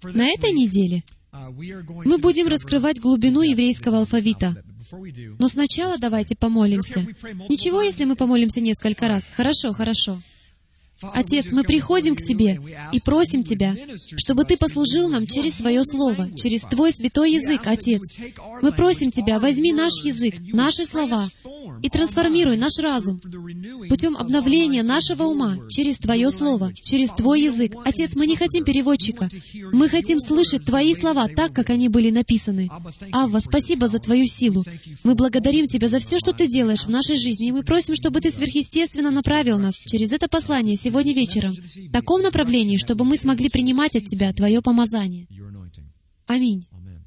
На этой неделе мы будем раскрывать глубину еврейского алфавита. Но сначала давайте помолимся. Ничего, если мы помолимся несколько раз? Хорошо. Отец, мы приходим к Тебе и просим Тебя, чтобы Ты послужил нам через Свое Слово, через Твой святой язык, Отец. Мы просим Тебя, возьми наш язык, наши слова и трансформируй наш разум путем обновления нашего ума через Твое Слово, через Твой язык. Отец, мы не хотим переводчика. Мы хотим слышать Твои слова так, как они были написаны. Авва, спасибо за Твою силу. Мы благодарим Тебя за все, что Ты делаешь в нашей жизни, и мы просим, чтобы Ты сверхъестественно направил нас через это послание сегодня вечером в таком направлении, чтобы мы смогли принимать от Тебя Твое помазание. Аминь.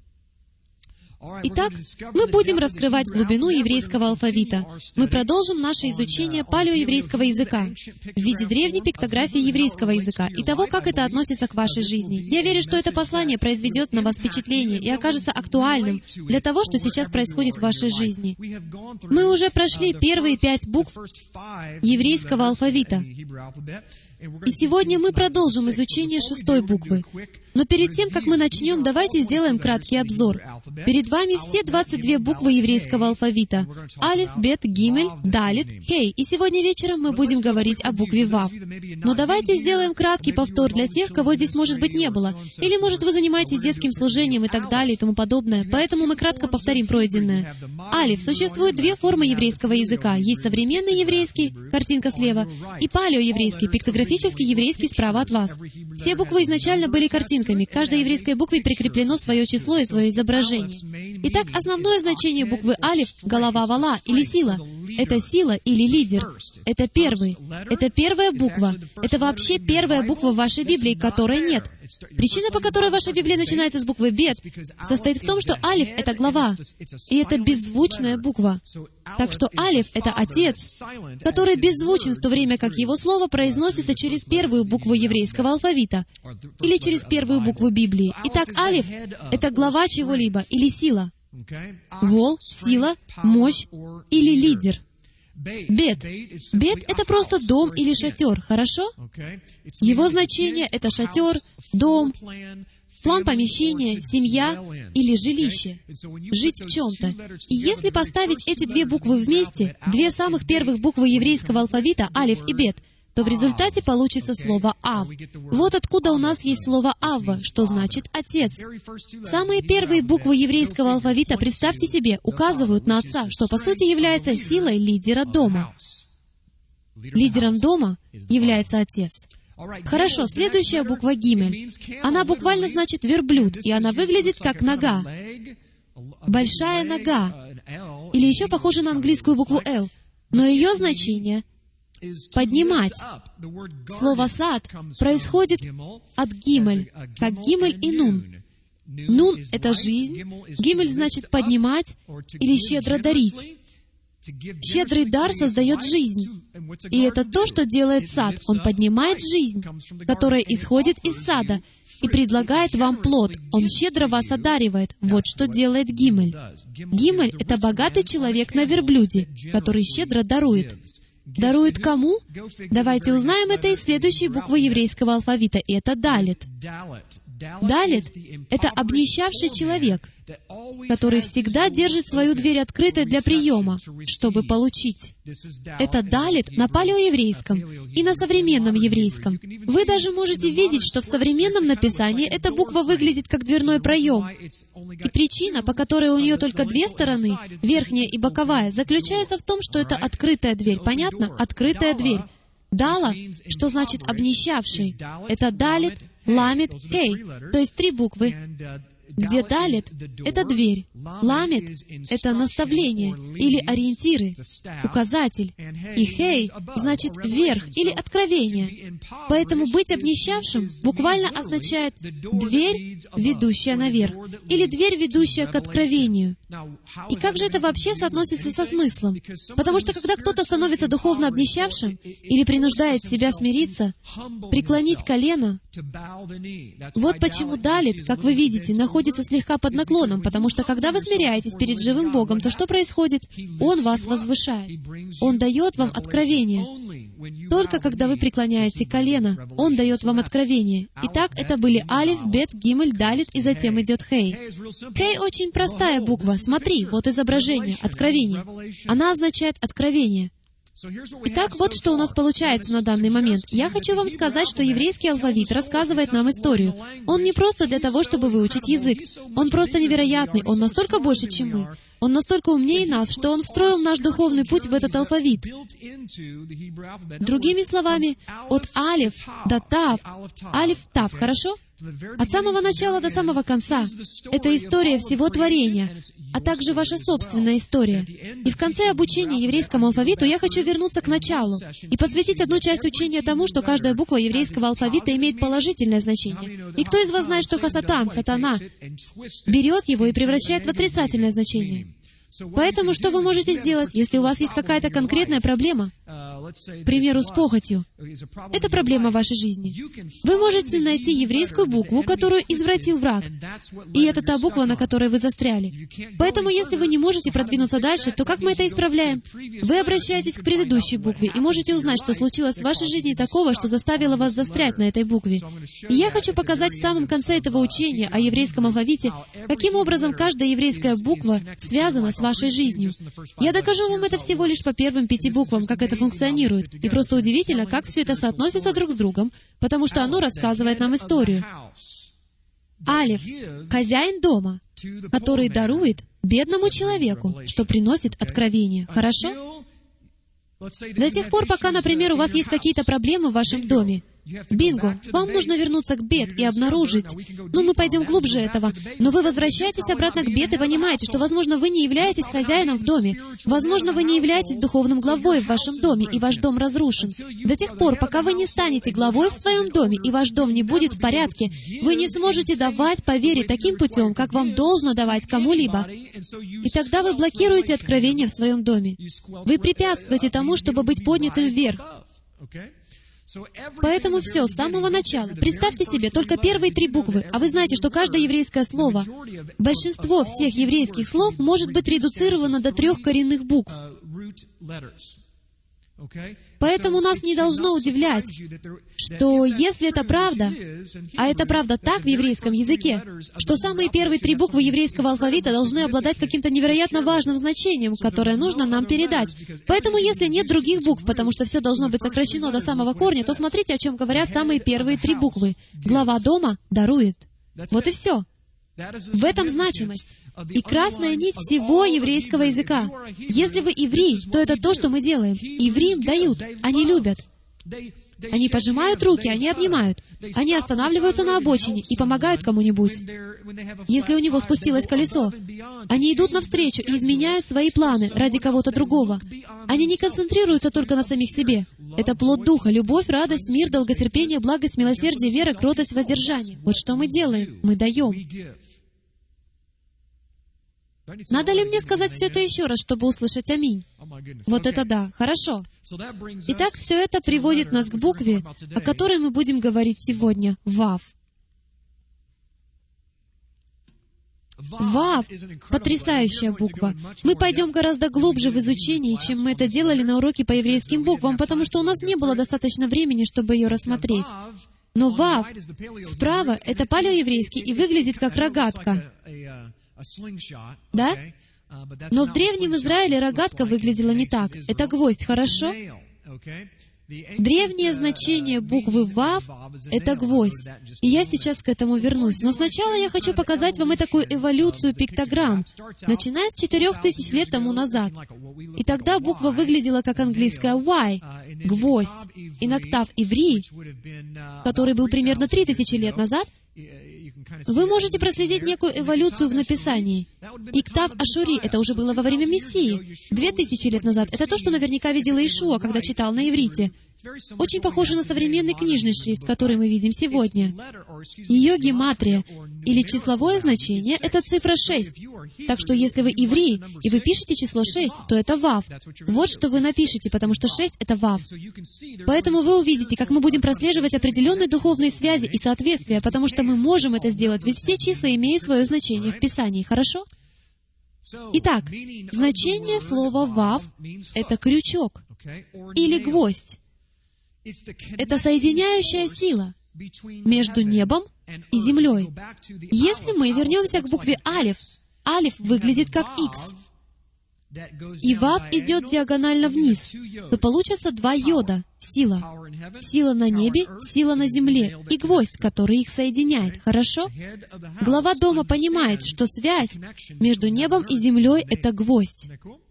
Итак, мы будем раскрывать глубину еврейского алфавита. Мы продолжим наше изучение палеоеврейского языка в виде древней пиктографии еврейского языка и того, как это относится к вашей жизни. Я верю, что это послание произведет на вас впечатление и окажется актуальным для того, что сейчас происходит в вашей жизни. Мы уже прошли первые 5 букв еврейского алфавита. И сегодня мы продолжим изучение 6 буквы. Но перед тем, как мы начнем, давайте сделаем краткий обзор. Перед вами все 22 буквы еврейского алфавита. Алиф, Бет, Гимель, Далит, Хей. И сегодня вечером мы будем говорить о букве Вав. Но давайте сделаем краткий повтор для тех, кого здесь, может быть, не было. Или, может, вы занимаетесь детским служением и так далее и тому подобное. Поэтому мы кратко повторим пройденное. Алиф. Существует 2 формы еврейского языка. Есть современный еврейский, картинка слева, и палеоеврейский, пиктографический еврейский справа от вас. Все буквы изначально были картинками. К каждой еврейской букве прикреплено свое число и свое изображение. Итак, основное значение буквы Алиф — голова вала или сила. Это сила или лидер. Это первый. Это первая буква. Это вообще первая буква в вашей Библии, которой нет. Причина, по которой ваша Библия начинается с буквы Бет, состоит в том, что Алиф — это глава, и это беззвучная буква. Так что Алиф — это Отец, который беззвучен, в то время как его слово произносится через первую букву еврейского алфавита или через первую букву Библии. Итак, Алиф — это глава чего-либо или сила. Вол — сила, мощь или лидер. Бет. Бет — это просто дом или шатер, хорошо? Его значение — это шатер, дом, план помещения, семья или жилище. Жить в чем-то. И если поставить эти 2 буквы вместе, 2 самых первых буквы еврейского алфавита, Алиф и Бет, то в результате получится слово «Ав». Вот откуда у нас есть слово «Авва», что значит «Отец». Самые первые буквы еврейского алфавита, представьте себе, указывают на Отца, что по сути является силой лидера дома. Лидером дома является Отец. Хорошо, следующая буква «Гимель». Она буквально значит «верблюд», и она выглядит как нога. Большая нога. Или еще похожа на английскую букву «Л». Но ее значение — поднимать. Слово «сад» происходит от «гимель», как «гимель» и «нун». «Нун» — это жизнь, «гимель» значит «поднимать» или «щедро дарить». Щедрый дар создает жизнь. И это то, что делает сад. Он поднимает жизнь, которая исходит из сада, и предлагает вам плод. Он щедро вас одаривает. Вот что делает Гимель. Гимель — это богатый человек на верблюде, который щедро дарует. Дарует кому? Давайте узнаем это из следующей буквы еврейского алфавита, и это Далит. Далит — это обнищавший человек, который всегда держит свою дверь открытой для приема, чтобы получить. Это Далит на палеоеврейском и на современном еврейском. Вы даже можете видеть, что в современном написании эта буква выглядит как дверной проем. И причина, по которой у нее только 2 стороны, верхняя и боковая, заключается в том, что это открытая дверь. Понятно? Открытая дверь. Дала, что значит обнищавший. Это Далит, Ламит, Хей, то есть 3 буквы, где Далит — это дверь, Ламит — это наставление или ориентиры, указатель, и Хей значит верх или откровение. Поэтому быть обнищавшим буквально означает дверь, ведущая наверх, или дверь, ведущая к откровению. И как же это вообще соотносится со смыслом? Потому что когда кто-то становится духовно обнищавшим или принуждает себя смириться, преклонить колено, вот почему Далит, как вы видите, находится слегка под наклоном, потому что когда вы смиряетесь перед живым Богом, то что происходит? Он вас возвышает. Он дает вам откровение. Только когда вы преклоняете колено, Он дает вам откровение. Итак, это были Алиф, Бет, Гимель, Далит, и затем идет Хей. Хей очень простая буква. Смотри, вот изображение, откровение. Она означает откровение. Итак, вот что у нас получается на данный момент. Я хочу вам сказать, что еврейский алфавит рассказывает нам историю. Он не просто для того, чтобы выучить язык. Он просто невероятный. Он настолько больше, чем мы. Он настолько умнее нас, что Он встроил наш духовный путь в этот алфавит. Другими словами, от Алиф до Тав. Алиф, Тав, хорошо? От самого начала до самого конца. Это история всего творения, а также ваша собственная история. И в конце обучения еврейскому алфавиту я хочу вернуться к началу и посвятить одну часть учения тому, что каждая буква еврейского алфавита имеет положительное значение. И кто из вас знает, что Хасатан, сатана, берет его и превращает в отрицательное значение? Поэтому что вы можете сделать, если у вас есть какая-то конкретная проблема? К примеру, с похотью. Это проблема в вашей жизни. Вы можете найти еврейскую букву, которую извратил враг. И это та буква, на которой вы застряли. Поэтому, если вы не можете продвинуться дальше, то как мы это исправляем? Вы обращаетесь к предыдущей букве и можете узнать, что случилось в вашей жизни такого, что заставило вас застрять на этой букве. И я хочу показать в самом конце этого учения о еврейском алфавите, каким образом каждая еврейская буква связана с вашей жизнью. Я докажу вам это всего лишь по первым 5 буквам, как это функционирует. И просто удивительно, как все это соотносится друг с другом, потому что оно рассказывает нам историю. Алиф — хозяин дома, который дарует бедному человеку, что приносит откровение. Хорошо? До тех пор, пока, например, у вас есть какие-то проблемы в вашем доме. Бинго! Вам нужно вернуться к Бет и обнаружить. Мы пойдем глубже этого. Но вы возвращаетесь обратно к Бет и понимаете, что, возможно, вы не являетесь хозяином в доме. Возможно, вы не являетесь духовным главой в вашем доме, и ваш дом разрушен. До тех пор, пока вы не станете главой в своем доме, и ваш дом не будет в порядке, вы не сможете давать по вере таким путем, как вам должно давать кому-либо. И тогда вы блокируете откровение в своем доме. Вы препятствуете тому, чтобы быть поднятым вверх. Поэтому все, с самого начала. Представьте себе, только первые 3 буквы, а вы знаете, что каждое еврейское слово, большинство всех еврейских слов может быть редуцировано до 3 коренных букв. Поэтому нас не должно удивлять, что если это правда, а это правда так в еврейском языке, что самые первые 3 буквы еврейского алфавита должны обладать каким-то невероятно важным значением, которое нужно нам передать. Поэтому если нет других букв, потому что все должно быть сокращено до самого корня, то смотрите, о чем говорят самые первые 3 буквы. Глава дома дарует. Вот и все. В этом значимость. И красная нить всего еврейского языка. Если вы еврей, то это то, что мы делаем. Евреям дают, они любят. Они пожимают руки, они обнимают. Они останавливаются на обочине и помогают кому-нибудь. Если у него спустилось колесо, они идут навстречу и изменяют свои планы ради кого-то другого. Они не концентрируются только на самих себе. Это плод Духа, любовь, радость, мир, долготерпение, благость, милосердие, вера, кротость, воздержание. Вот что мы делаем. Мы даем. Надо ли мне сказать все это еще раз, чтобы услышать «Аминь»? Вот это да. Хорошо. Итак, все это приводит нас к букве, о которой мы будем говорить сегодня. Вав. Вав — потрясающая буква. Мы пойдем гораздо глубже в изучении, чем мы это делали на уроке по еврейским буквам, потому что у нас не было достаточно времени, чтобы ее рассмотреть. Но Вав справа — это палеоеврейский и выглядит как рогатка. Да? Но в Древнем Израиле рогатка выглядела не так. Это гвоздь, хорошо? Древнее значение буквы «Вав» — это гвоздь. И я сейчас к этому вернусь. Но сначала я хочу показать вам такую эволюцию пиктограмм, начиная с 4000 лет тому назад. И тогда буква выглядела как английская «Y» — гвоздь. И на ктав иври, который был примерно 3000 лет назад, вы можете проследить некую эволюцию в написании. И ктав ашури — это уже было во время Мессии. 2000 лет назад. Это то, что наверняка видел Иешуа, когда читал на иврите. Очень похоже на современный книжный шрифт, который мы видим сегодня. Ее гематрия, или числовое значение, это цифра 6. Так что если вы еврей, и вы пишете число 6, то это вав. Вот что вы напишете, потому что 6 — это вав. Поэтому вы увидите, как мы будем прослеживать определенные духовные связи и соответствия, потому что мы можем это сделать, ведь все числа имеют свое значение в Писании, хорошо? Итак, значение слова «вав» — это крючок или гвоздь. Это соединяющая сила между небом и землей. Если мы вернемся к букве Алеф, Алеф выглядит как Х, и Вав идет диагонально вниз, то получится два йода — сила. Сила на небе, сила на земле, и гвоздь, который их соединяет. Хорошо? Глава дома понимает, что связь между небом и землей — это гвоздь.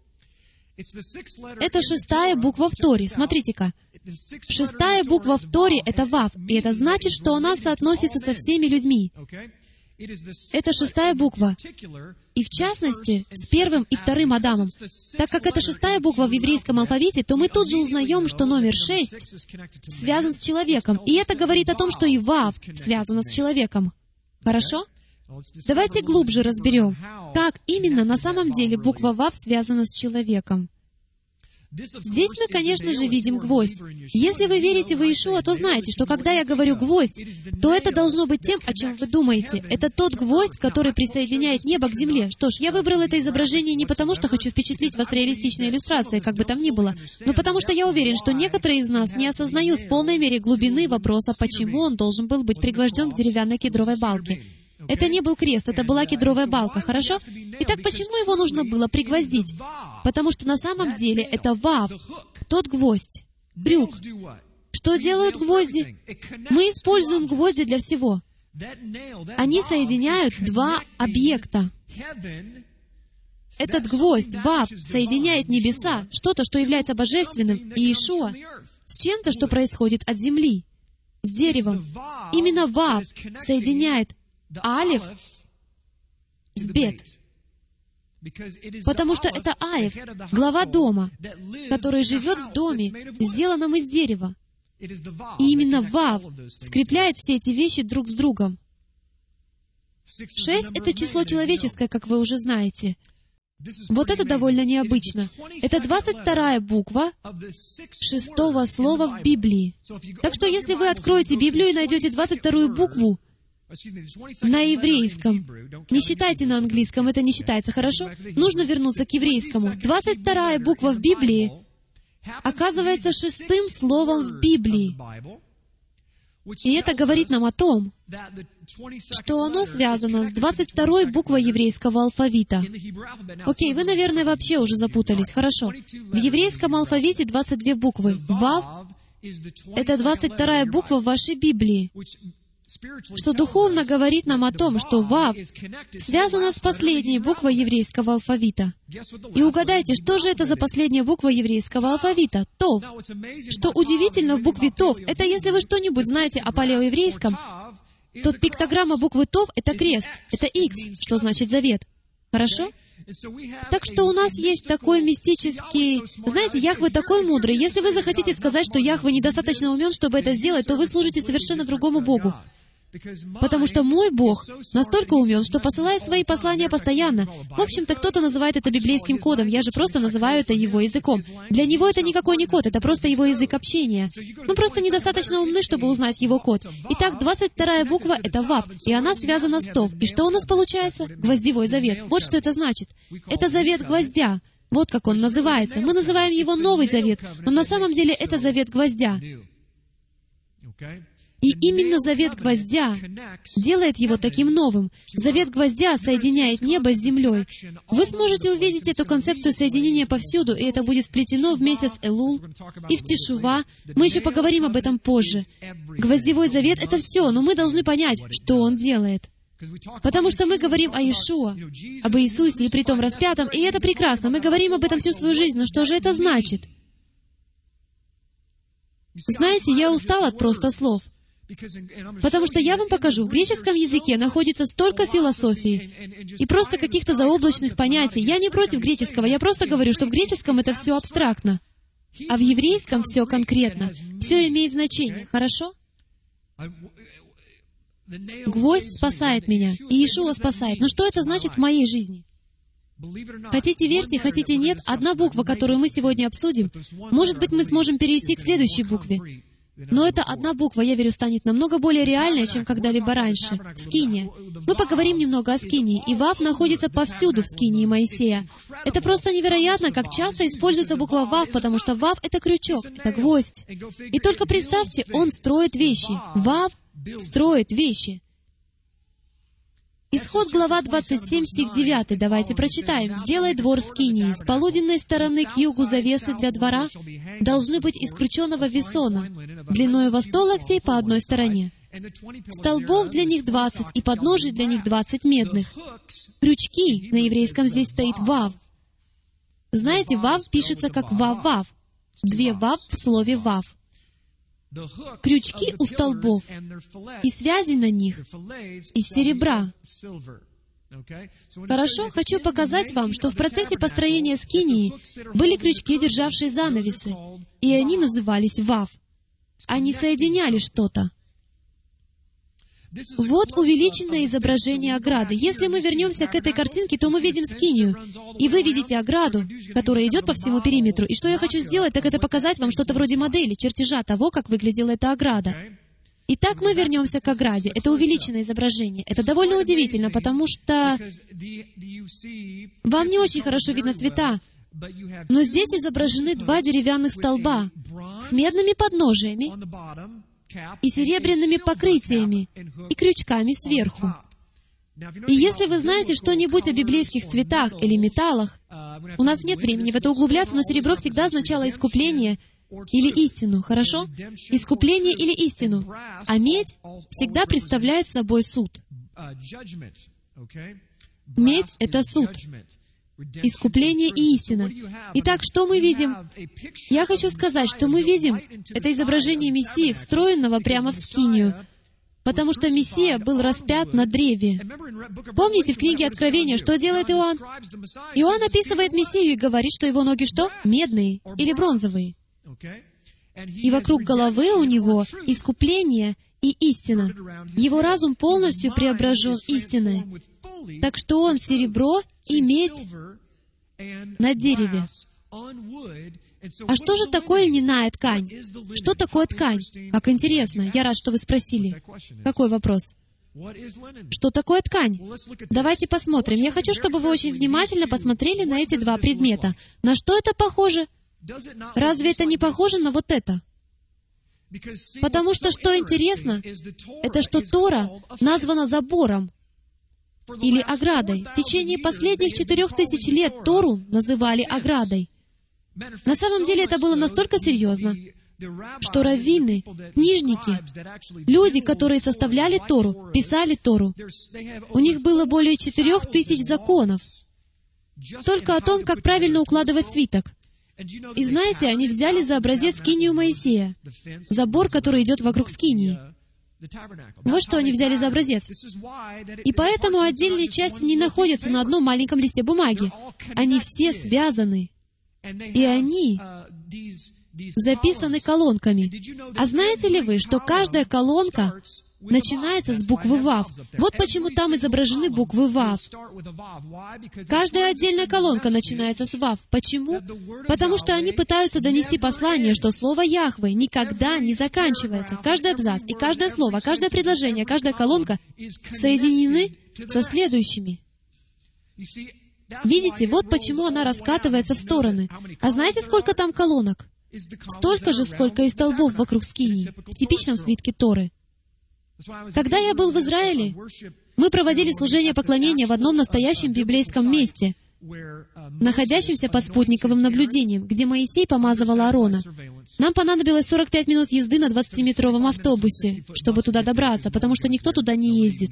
Это 6-я буква в Торе. Смотрите-ка. 6-я буква в Торе — это Вав, и это значит, что она соотносится со всеми людьми. Это 6-я буква. И в частности, с 1-м и 2-м Адамом. Так как это 6-я буква в еврейском алфавите, то мы тут же узнаем, что номер 6 связан с человеком. И это говорит о том, что и Вав связана с человеком. Хорошо? Давайте глубже разберем, как именно на самом деле буква Вав связана с человеком. Здесь мы, конечно же, видим гвоздь. Если вы верите в Иешуа, то знаете, что когда я говорю «гвоздь», то это должно быть тем, о чем вы думаете. Это тот гвоздь, который присоединяет небо к земле. Что ж, я выбрал это изображение не потому, что хочу впечатлить вас реалистичной иллюстрацией, как бы там ни было, но потому что я уверен, что некоторые из нас не осознают в полной мере глубины вопроса, почему он должен был быть пригвожден к деревянной кедровой балке. Это не был крест, это была кедровая балка, хорошо? Итак, почему его нужно было пригвоздить? Потому что на самом деле это Вав, тот гвоздь, крюк. Что делают гвозди? Мы используем гвозди для всего. Они соединяют два объекта. Этот гвоздь, Вав, соединяет небеса, что-то, что является божественным, и Иешуа, с чем-то, что происходит от земли, с деревом. Именно Вав соединяет Алеф с Бет. Потому что это Алеф, глава дома, который живет в доме, сделанном из дерева. И именно Вав скрепляет все эти вещи друг с другом. 6 — это число человеческое, как вы уже знаете. Вот это довольно необычно. Это 22-я буква 6-го слова в Библии. Так что если вы откроете Библию и найдете 22-ю букву на еврейском, не считайте на английском, это не считается, хорошо? Нужно вернуться к еврейскому. 22-я буква в Библии оказывается 6-м словом в Библии. И это говорит нам о том, что оно связано с 22-й буквой еврейского алфавита. Окей, вы, наверное, вообще уже запутались. Хорошо. В еврейском алфавите 22 буквы. Вав — это 22-я буква в вашей Библии, что духовно говорит нам о том, что Вав связана с последней буквой еврейского алфавита. И угадайте, что же это за последняя буква еврейского алфавита? Тов. Что удивительно в букве Тов, это если вы что-нибудь знаете о палеоеврейском, то пиктограмма буквы Тов — это крест, это Х, что значит завет. Хорошо? Так что у нас есть такой мистический... Знаете, Яхве такой мудрый. Если вы захотите сказать, что Яхве недостаточно умен, чтобы это сделать, то вы служите совершенно другому Богу. Потому что мой Бог настолько умен, что посылает свои послания постоянно. В общем-то, кто-то называет это библейским кодом, я же просто называю это его языком. Для него это никакой не код, это просто его язык общения. Мы просто недостаточно умны, чтобы узнать его код. Итак, 22-я буква — это Вав, и она связана с Тов. И что у нас получается? Гвоздевой завет. Вот что это значит. Это завет гвоздя. Вот как он называется. Мы называем его Новый Завет, но на самом деле это завет гвоздя. И именно завет гвоздя делает его таким новым. Завет гвоздя соединяет небо с землей. Вы сможете увидеть эту концепцию соединения повсюду, и это будет вплетено в месяц Элул и в Тишува. Мы еще поговорим об этом позже. Гвоздевой завет — это все, но мы должны понять, что он делает. Потому что мы говорим о Иешуа, об Иисусе, и притом распятом, и это прекрасно. Мы говорим об этом всю свою жизнь, но что же это значит? Знаете, я устал от просто слов. Потому что я вам покажу, в греческом языке находится столько философии и просто каких-то заоблачных понятий. Я не против греческого, я просто говорю, что в греческом это все абстрактно, а в еврейском все конкретно. Все имеет значение, хорошо? Гвоздь спасает меня, и Иешуа спасает. Но что это значит в моей жизни? Хотите верьте, хотите нет, одна буква, которую мы сегодня обсудим, может быть, мы сможем перейти к следующей букве. Но эта одна буква, я верю, станет намного более реальной, чем когда-либо раньше. Скиния. Мы поговорим немного о Скинии. И Вав находится повсюду в Скинии Моисея. Это просто невероятно, как часто используется буква Вав, потому что Вав — это крючок, это гвоздь. И только представьте, он строит вещи. Вав строит вещи. Исход, глава 27, стих 9. Давайте прочитаем. «Сделай двор скинии. С полуденной стороны к югу завесы для двора должны быть из крученого весона, длиною во 100 локтей по одной стороне. Столбов для них 20, и подножий для них 20 медных». Крючки, на еврейском здесь стоит «вав». Знаете, «вав» пишется как «вав-вав». 2 «вав» в слове «вав». Крючки у столбов и связи на них из серебра. Хорошо, хочу показать вам, что в процессе построения скинии были крючки, державшие занавесы, и они назывались «вав». Они соединяли что-то. Вот увеличенное изображение ограды. Если мы вернемся к этой картинке, то мы видим скинию. И вы видите ограду, которая идет по всему периметру. И что я хочу сделать, так это показать вам что-то вроде модели, чертежа того, как выглядела эта ограда. Итак, мы вернемся к ограде. Это увеличенное изображение. Это довольно удивительно, потому что вам не очень хорошо видно цвета. Но здесь изображены 2 деревянных столба с медными подножиями и серебряными покрытиями, и крючками сверху. И если вы знаете что-нибудь о библейских цветах или металлах, у нас нет времени в это углубляться, но серебро всегда означало искупление или истину, хорошо? Искупление или истину. А медь всегда представляет собой суд. Медь — это суд. Искупление и истина. Итак, что мы видим? Я хочу сказать, что мы видим это изображение Мессии, встроенного прямо в скинию, потому что Мессия был распят на древе. Помните в книге Откровения, что делает Иоанн? Иоанн описывает Мессию и говорит, что его ноги что? Медные или бронзовые. И вокруг головы у него искупление и истина. Его разум полностью преображен истиной. Так что он серебро и медь на дереве. А что же такое льняная ткань? Что такое ткань? Как интересно. Я рад, что вы спросили. Какой вопрос? Что такое ткань? Давайте посмотрим. Я хочу, чтобы вы очень внимательно посмотрели на эти 2 предмета. На что это похоже? Разве это не похоже на вот это? Потому что, что интересно, это что Тора названа забором, или оградой. В течение последних 4000 лет Тору называли оградой. На самом деле это было настолько серьезно, что раввины, книжники, люди, которые составляли Тору, писали Тору, у них было более 4000 законов только о том, как правильно укладывать свиток. И знаете, они взяли за образец скинию Моисея, забор, который идет вокруг скинии. Вот что они взяли за образец. И поэтому отдельные части не находятся на одном маленьком листе бумаги. Они все связаны. И они записаны колонками. А знаете ли вы, что каждая колонка начинается с буквы «Вав». Вот почему там изображены буквы «Вав». Каждая отдельная колонка начинается с «Вав». Почему? Потому что они пытаются донести послание, что слово «Яхве» никогда не заканчивается. Каждый абзац и каждое слово, каждое предложение, каждая колонка соединены со следующими. Видите, вот почему она раскатывается в стороны. А знаете, сколько там колонок? Столько же, сколько и столбов вокруг скинии, в типичном свитке Торы. Когда я был в Израиле, мы проводили служение поклонения в одном настоящем библейском месте, находящемся под спутниковым наблюдением, где Моисей помазывал Аарона. Нам понадобилось 45 минут езды на 20-метровом автобусе, чтобы туда добраться, потому что никто туда не ездит.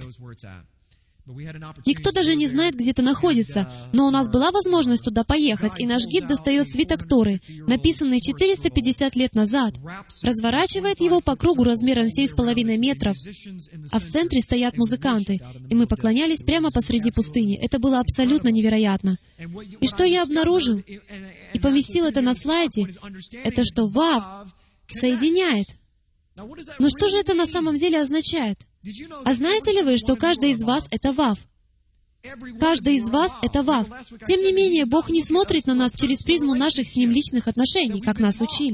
Никто даже не знает, где это находится, но у нас была возможность туда поехать, и наш гид достает свиток Торы, написанный 450 лет назад, разворачивает его по кругу размером 7,5 метров, а в центре стоят музыканты, и мы поклонялись прямо посреди пустыни. Это было абсолютно невероятно. И что я обнаружил, и поместил это на слайде, это что «Вав» соединяет. Но что же это на самом деле означает? А знаете ли вы, что каждый из вас — это Вав? Каждый из вас — это Вав. Тем не менее, Бог не смотрит на нас через призму наших с Ним личных отношений, как нас учили.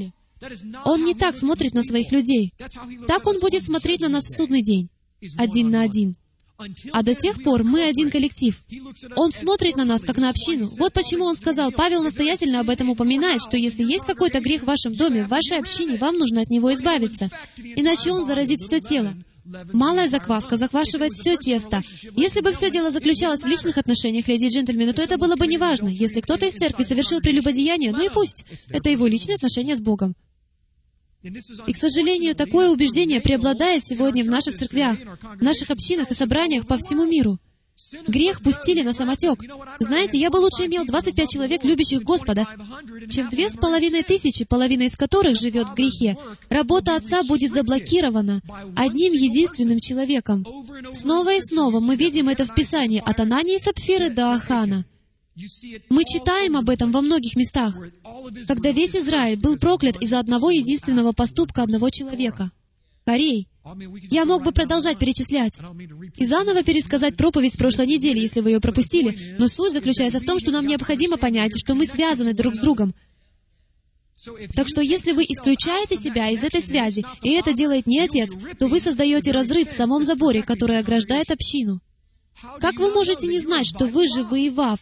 Он не так смотрит на своих людей. Так Он будет смотреть на нас в судный день. 1 на 1. А до тех пор мы один коллектив. Он смотрит на нас, как на общину. Вот почему Он сказал, Павел настоятельно об этом упоминает, что если есть какой-то грех в вашем доме, в вашей общине, вам нужно от него избавиться. Иначе он заразит все тело. Малая закваска захватывает все тесто. Если бы все дело заключалось в личных отношениях, леди и джентльмены, то это было бы неважно. Если кто-то из церкви совершил прелюбодеяние, ну и пусть. Это его личные отношения с Богом. И, к сожалению, такое убеждение преобладает сегодня в наших церквях, в наших общинах и собраниях по всему миру. Грех пустили на самотек. Знаете, я бы лучше имел 25 человек, любящих Господа, чем 2500, половина из которых живет в грехе. Работа Отца будет заблокирована одним единственным человеком. Снова и снова мы видим это в Писании, от Анании и Сапфиры до Ахана. Мы читаем об этом во многих местах, когда весь Израиль был проклят из-за одного единственного поступка одного человека — Корей. Я мог бы продолжать перечислять и заново пересказать проповедь с прошлой недели, если вы ее пропустили, но суть заключается в том, что нам необходимо понять, что мы связаны друг с другом. Так что если вы исключаете себя из этой связи, и это делает не Отец, то вы создаете разрыв в самом заборе, который ограждает общину. Как вы можете не знать, что вы живые Вав?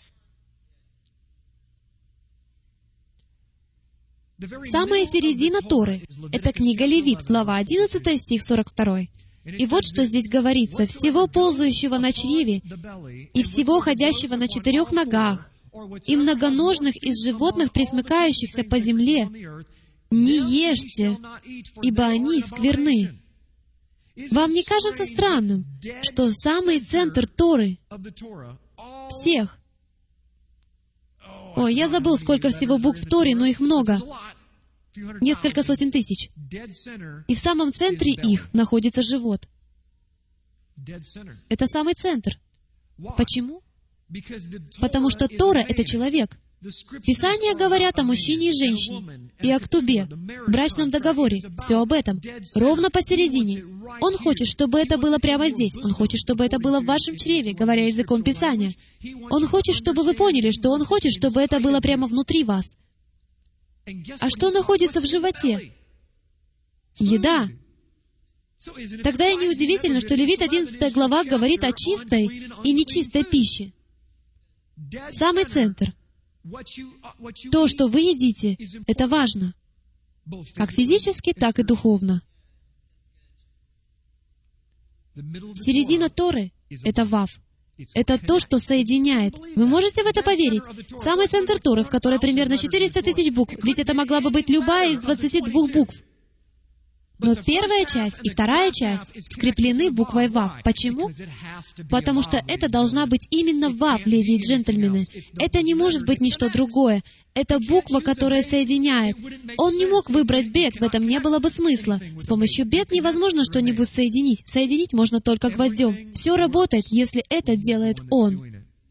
Самая середина Торы — это книга Левит, глава 11, стих 42. И вот что здесь говорится: «Всего ползающего на чреве, и всего ходящего на 4 ногах, и многоножных из животных, пресмыкающихся по земле, не ешьте, ибо они скверны». Вам не кажется странным, что самый центр Торы всех... Ой, я забыл, сколько всего букв в Торе, но их много. Несколько сотен тысяч. И в самом центре их находится живот. Это самый центр. Почему? Потому что Тора — это человек. Писания говорят о мужчине и женщине, и о ктубе, брачном договоре. Все об этом. Ровно посередине. Он хочет, чтобы это было прямо здесь. Он хочет, чтобы это было в вашем чреве, говоря языком Писания. Он хочет, чтобы вы поняли, что Он хочет, чтобы это было прямо внутри вас. А что находится в животе? Еда. Тогда и неудивительно, что Левит 11 глава говорит о чистой и нечистой пище. Самый центр. То, что вы едите, это важно. Как физически, так и духовно. Середина Торы — это Вав. Это то, что соединяет. Вы можете в это поверить? Самый центр Торы, в которой примерно 400 тысяч букв, ведь это могла бы быть любая из 22 букв. Но первая часть и вторая часть скреплены буквой «Вав». Почему? Потому что это должна быть именно «Вав», леди и джентльмены. Это не может быть ничто другое. Это буква, которая соединяет. Он не мог выбрать «бет», в этом не было бы смысла. С помощью «бет» невозможно что-нибудь соединить. Соединить можно только гвоздем. Все работает, если это делает Он.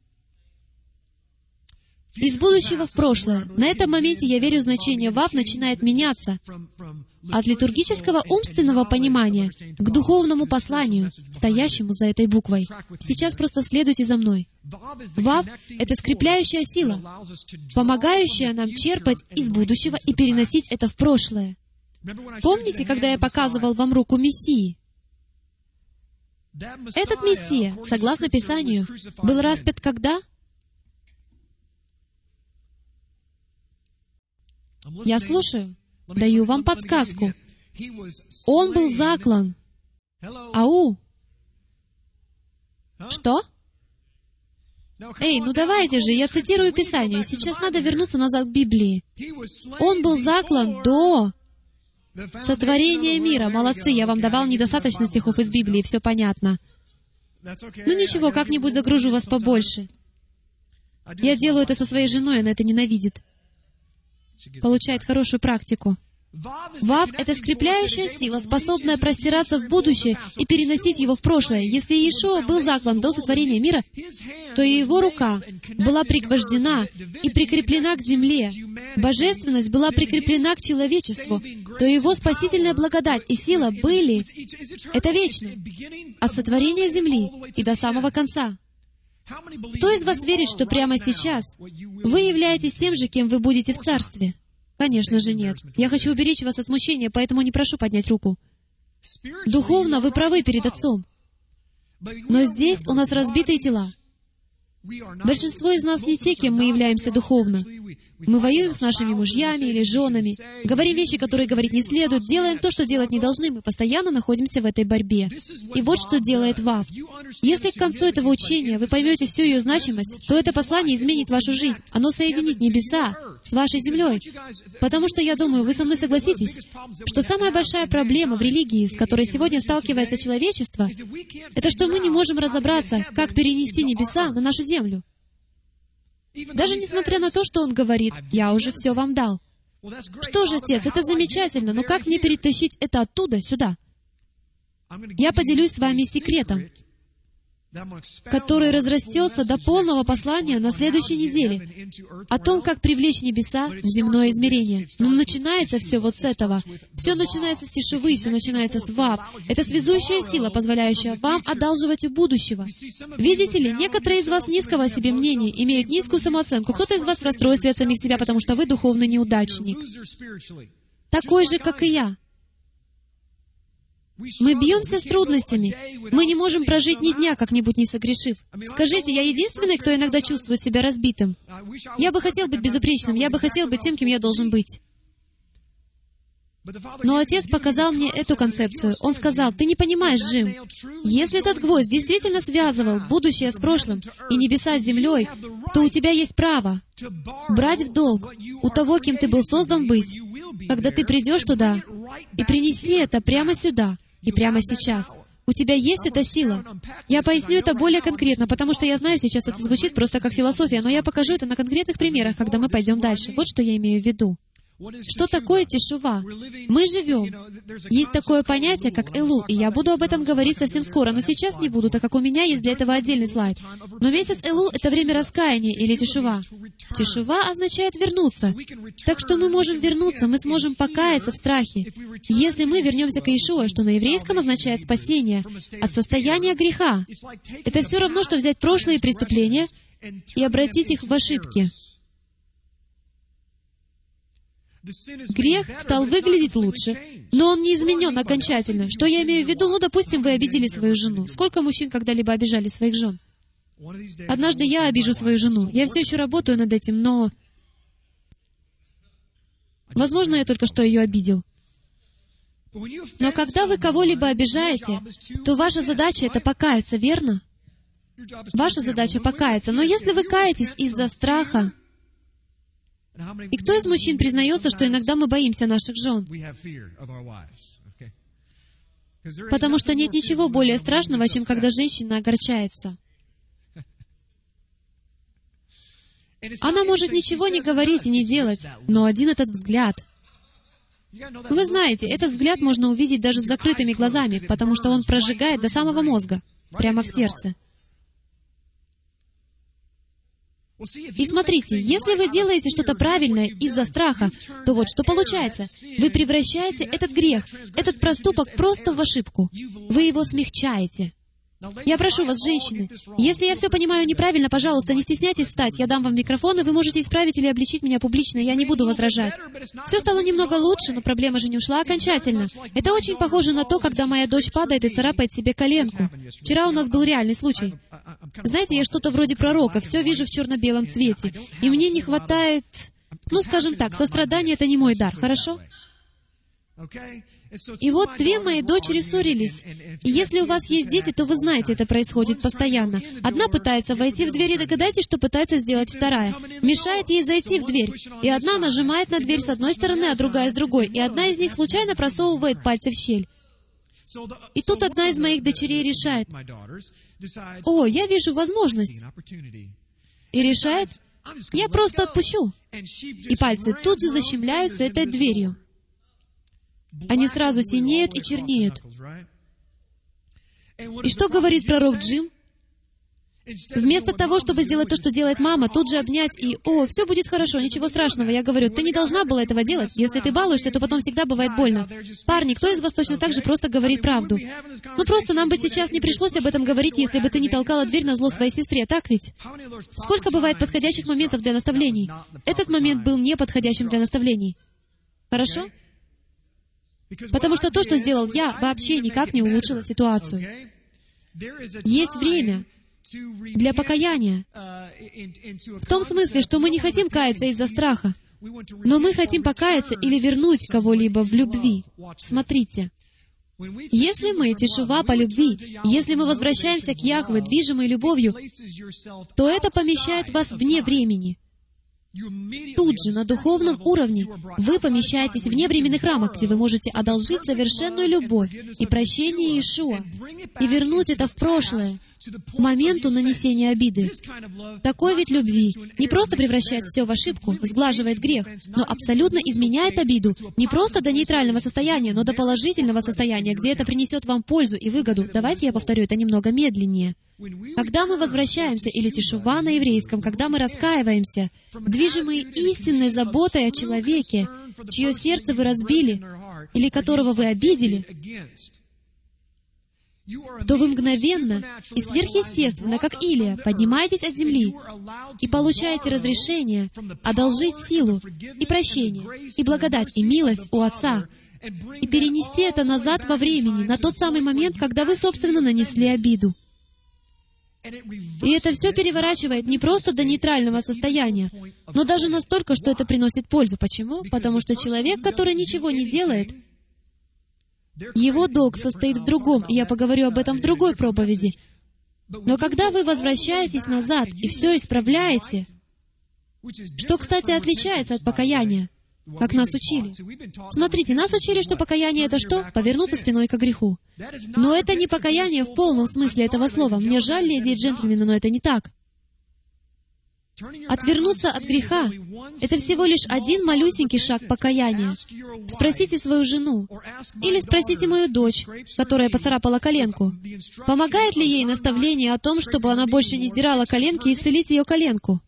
Из будущего в прошлое. На этом моменте, я верю, значение «Вав» начинает меняться от литургического умственного понимания к духовному посланию, стоящему за этой буквой. Сейчас просто следуйте за мной. «Вав» — это скрепляющая сила, помогающая нам черпать из будущего и переносить это в прошлое. Помните, когда я показывал вам руку Мессии? Этот Мессия, согласно Писанию, был распят когда? Я слушаю. Даю вам подсказку. Он был заклан. Ау! Что? Эй, ну давайте же, я цитирую Писание. Сейчас надо вернуться назад к Библии. Он был заклан до сотворения мира. Молодцы, я вам давал недостаточно стихов из Библии, все понятно. Ну ничего, как-нибудь загружу вас побольше. Я делаю это со своей женой, она это ненавидит. Получает хорошую практику. Вав — это скрепляющая сила, способная простираться в будущее и переносить его в прошлое. Если Иешуа был заклан до сотворения мира, то и его рука была пригвождена и прикреплена к земле. Божественность была прикреплена к человечеству, то его спасительная благодать и сила были... Это вечно. От сотворения земли и до самого конца. Кто из вас верит, что прямо сейчас вы являетесь тем же, кем вы будете в Царстве? Конечно же нет. Я хочу уберечь вас от смущения, поэтому не прошу поднять руку. Духовно вы правы перед Отцом. Но здесь у нас разбитые тела. Большинство из нас не те, кем мы являемся духовно. Мы воюем с нашими мужьями или женами, говорим вещи, которые говорить не следует, делаем то, что делать не должны. Мы постоянно находимся в этой борьбе. И вот что делает ВАВ. Если к концу этого учения вы поймете всю ее значимость, то это послание изменит вашу жизнь. Оно соединит небеса с вашей землей. Потому что, я думаю, вы со мной согласитесь, что самая большая проблема в религии, с которой сегодня сталкивается человечество, это что мы не можем разобраться, как перенести небеса на нашу землю. Даже несмотря на то, что он говорит, «Я уже все вам дал». Что же, Отец, это замечательно, но как мне перетащить это оттуда сюда? Я поделюсь с вами секретом, который разрастется до полного послания на следующей неделе, о том, как привлечь небеса в земное измерение. Но начинается все вот с этого. Все начинается с тишевы, все начинается с ВАВ. Это связующая сила, позволяющая вам одалживать у будущего. Видите ли, некоторые из вас низкого о себе мнения, имеют низкую самооценку. Кто-то из вас в расстройстве от самих себя, потому что вы духовный неудачник. Такой же, как и я. Мы бьемся с трудностями. Мы не можем прожить ни дня, как-нибудь не согрешив. Скажите, я единственный, кто иногда чувствует себя разбитым? Я бы хотел быть безупречным, я бы хотел быть тем, кем я должен быть. Но Отец показал мне эту концепцию. Он сказал, ты не понимаешь, Джим, если этот гвоздь действительно связывал будущее с прошлым и небеса с землей, то у тебя есть право брать в долг у того, кем ты был создан быть, когда ты придешь туда, и принести это прямо сюда и прямо сейчас. У тебя есть эта сила. Я поясню это более конкретно, потому что я знаю, сейчас это звучит просто как философия, но я покажу это на конкретных примерах, когда мы пойдем дальше. Вот что я имею в виду. Что такое тешува? Мы живем. Есть такое понятие, как Элул, и я буду об этом говорить совсем скоро, но сейчас не буду, так как у меня есть для этого отдельный слайд. Но месяц Элул — это время раскаяния или тешува. Тешува означает вернуться. Так что мы можем вернуться, мы сможем покаяться в страхе. Если мы вернемся к Иешуа, что на еврейском означает спасение от состояния греха, это все равно, что взять прошлые преступления и обратить их в ошибки. Грех стал выглядеть лучше, но он не изменен окончательно. Что я имею в виду? Ну, допустим, вы обидели свою жену. Сколько мужчин когда-либо обижали своих жен? Однажды я обижу свою жену. Я все еще работаю над этим, но... Возможно, я только что ее обидел. Но когда вы кого-либо обижаете, то ваша задача — это покаяться, верно? Ваша задача — покаяться. Но если вы каетесь из-за страха, и кто из мужчин признается, что иногда мы боимся наших жен? Потому что нет ничего более страшного, чем когда женщина огорчается. Она может ничего не говорить и не делать, но один этот взгляд. Вы знаете, этот взгляд можно увидеть даже с закрытыми глазами, потому что он прожигает до самого мозга, прямо в сердце. И смотрите, если вы делаете что-то правильное из-за страха, то вот что получается. Вы превращаете этот грех, этот проступок просто в ошибку. Вы его смягчаете. Я прошу вас, женщины, если я все понимаю неправильно, пожалуйста, не стесняйтесь встать. Я дам вам микрофон, и вы можете исправить или обличить меня публично, я не буду возражать. Все стало немного лучше, но проблема же не ушла окончательно. Это очень похоже на то, когда моя дочь падает и царапает себе коленку. Вчера у нас был реальный случай. Знаете, я что-то вроде пророка, все вижу в черно-белом цвете, и мне не хватает, ну, скажем так, сострадание — это не мой дар, хорошо? И вот две мои дочери ссорились. И если у вас есть дети, то вы знаете, это происходит постоянно. Одна пытается войти в дверь, и догадайтесь, что пытается сделать вторая. Мешает ей зайти в дверь. И одна нажимает на дверь с одной стороны, а другая с другой. И одна из них случайно просовывает пальцы в щель. И тут одна из моих дочерей решает: «О, я вижу возможность». И решает: «Я просто отпущу». И пальцы тут же защемляются этой дверью. Они сразу синеют и чернеют. И что говорит пророк Джим? Вместо того, чтобы сделать то, что делает мама, тут же обнять и «О, все будет хорошо, ничего страшного». Я говорю: ты не должна была этого делать. Если ты балуешься, то потом всегда бывает больно. Парни, кто из вас точно так же просто говорит правду? Ну просто нам бы сейчас не пришлось об этом говорить, если бы ты не толкала дверь назло своей сестре, так ведь? Сколько бывает подходящих моментов для наставлений? Этот момент был неподходящим для наставлений. Хорошо? Потому что то, что сделал я, вообще никак не улучшило ситуацию. Есть время для покаяния. В том смысле, что мы не хотим каяться из-за страха, но мы хотим покаяться или вернуть кого-либо в любви. Смотрите. Если мы тешува по любви, если мы возвращаемся к Яхве, движимой любовью, то это помещает вас вне времени. Тут же, на духовном уровне, вы помещаетесь вне временных рамок, где вы можете одолжить совершенную любовь и прощение Иешуа и вернуть это в прошлое, к моменту нанесения обиды. Такой вид любви не просто превращает все в ошибку, сглаживает грех, но абсолютно изменяет обиду не просто до нейтрального состояния, но до положительного состояния, где это принесет вам пользу и выгоду. Давайте я повторю это немного медленнее. Когда мы возвращаемся, или тешува на еврейском, когда мы раскаиваемся, движимые истинной заботой о человеке, чье сердце вы разбили, или которого вы обидели, то вы мгновенно и сверхъестественно, как Илия, поднимаетесь от земли и получаете разрешение одолжить силу и прощение, и благодать, и милость у Отца, и перенести это назад во времени, на тот самый момент, когда вы, собственно, нанесли обиду. И это все переворачивает не просто до нейтрального состояния, но даже настолько, что это приносит пользу. Почему? Потому что человек, который ничего не делает, его долг состоит в другом, и я поговорю об этом в другой проповеди. Но когда вы возвращаетесь назад и все исправляете, что, кстати, отличается от покаяния, как нас учили. Смотрите, нас учили, что покаяние — это что? Повернуться спиной к греху. Но это не покаяние в полном смысле этого слова. Мне жаль, леди и джентльмены, но это не так. Отвернуться от греха — это всего лишь один малюсенький шаг покаяния. Спросите свою жену, или спросите мою дочь, которая поцарапала коленку, помогает ли ей наставление о том, чтобы она больше не сдирала коленки и исцелить ее коленку?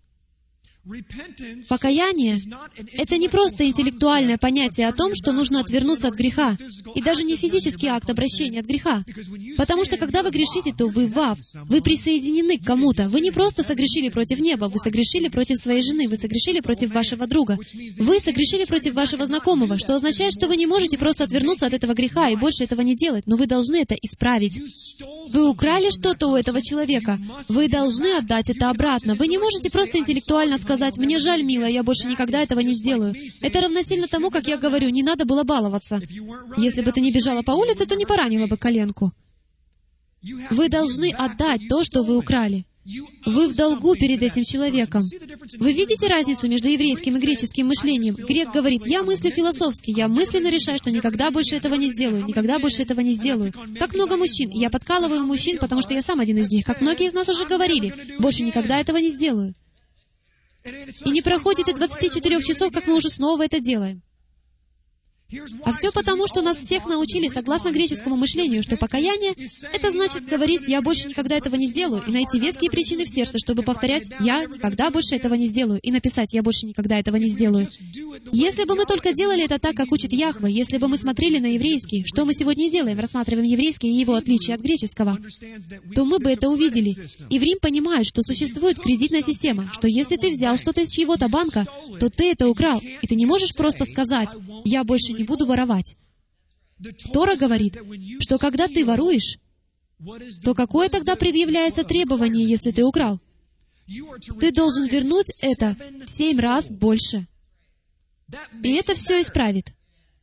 Покаяние — это не просто интеллектуальное понятие о том, что нужно отвернуться от греха, и даже не физический акт обращения от греха. Потому что, когда вы грешите, то вы вы присоединены к кому-то. Вы не просто согрешили против неба, вы согрешили против своей жены, вы согрешили против вашего друга, вы согрешили против вашего знакомого, что означает, что вы не можете просто отвернуться от этого греха и больше этого не делать, но вы должны это исправить. Вы украли что-то у этого человека, вы должны отдать это обратно. Вы не можете просто интеллектуально сказать: «Мне жаль, милая, я больше никогда этого не сделаю». Это равносильно тому, как я говорю: не надо было баловаться. Если бы ты не бежала по улице, то не поранила бы коленку. Вы должны отдать то, что вы украли. Вы в долгу перед этим человеком. Вы видите разницу между еврейским и греческим мышлением? Грек говорит: «Я мыслю философски, я мысленно решаю, что никогда больше этого не сделаю, никогда больше этого не сделаю». Как много мужчин, и я подкалываю мужчин, потому что я сам один из них, как многие из нас уже говорили, больше никогда этого не сделаю. И не проходит и 24 часов, как мы уже снова это делаем. А все потому, что нас всех научили, согласно греческому мышлению, что покаяние — это значит говорить: «Я больше никогда этого не сделаю», и найти веские причины в сердце, чтобы повторять: «Я никогда больше этого не сделаю», и написать: «Я больше никогда этого не сделаю». Если бы мы только делали это так, как учит Яхве, если бы мы смотрели на еврейский, что мы сегодня делаем, рассматриваем еврейский и его отличие от греческого, то мы бы это увидели. И в Рим понимают, что существует кредитная система, что если ты взял что-то из чьего-то банка, то ты это украл, и ты не можешь просто сказать: «Я больше не буду воровать». Тора говорит, что когда ты воруешь, то какое тогда предъявляется требование, если ты украл? Ты должен вернуть это в 7 раз больше. И это все исправит.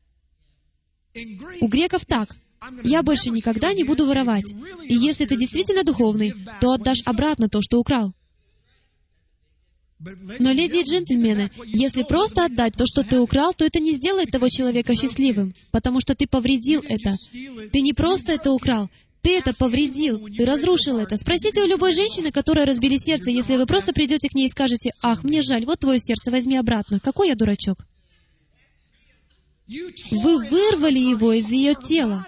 У греков так: «Я больше никогда не буду воровать». И если ты действительно духовный, то отдашь обратно то, что украл. Но, леди и джентльмены, если просто отдать то, что ты украл, то это не сделает того человека счастливым, потому что ты повредил это. Ты не просто это украл, ты это повредил, ты разрушил это. Спросите у любой женщины, которая разбили сердце, если вы просто придете к ней и скажете: «Ах, мне жаль, вот твое сердце, возьми обратно». Какой я дурачок? Вы вырвали его из ее тела.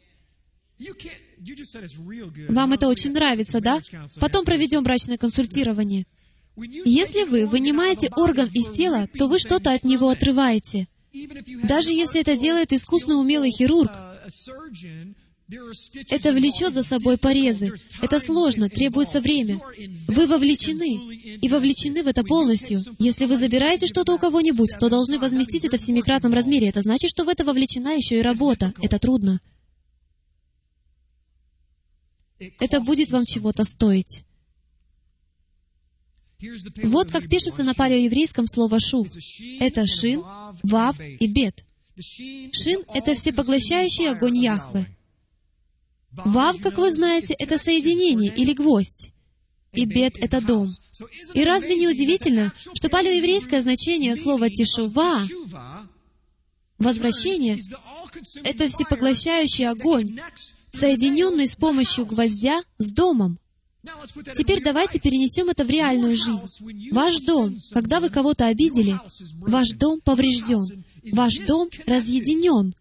Вам это очень нравится, да? Потом проведем брачное консультирование. Если вы вынимаете орган из тела, то вы что-то от него отрываете. Даже если это делает искусно умелый хирург, Это влечет за собой порезы. Это сложно, требуется время. Вы вовлечены, и вовлечены в это полностью. Если вы забираете что-то у кого-нибудь, то должны возместить это в 7-кратном размере. Это значит, что в это вовлечена еще и работа. Это трудно. Это будет вам чего-то стоить. Вот как пишется на палеоеврейском слово «шув». Это шин, вав и бет. Шин — это всепоглощающий огонь Яхве. Вав, как вы знаете, это соединение или гвоздь. И бет — это дом. И разве не удивительно, что палеоеврейское значение слова «тишува» — возвращение — это всепоглощающий огонь, соединенный с помощью гвоздя с домом. Теперь давайте перенесем это в реальную жизнь. Ваш дом, когда вы кого-то обидели, ваш дом поврежден, ваш дом разъединен.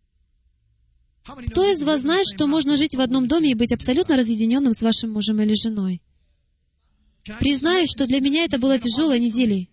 Кто из вас знает, что можно жить в одном доме и быть абсолютно разъединенным с вашим мужем или женой? Признаюсь, что для меня это было тяжелой неделей.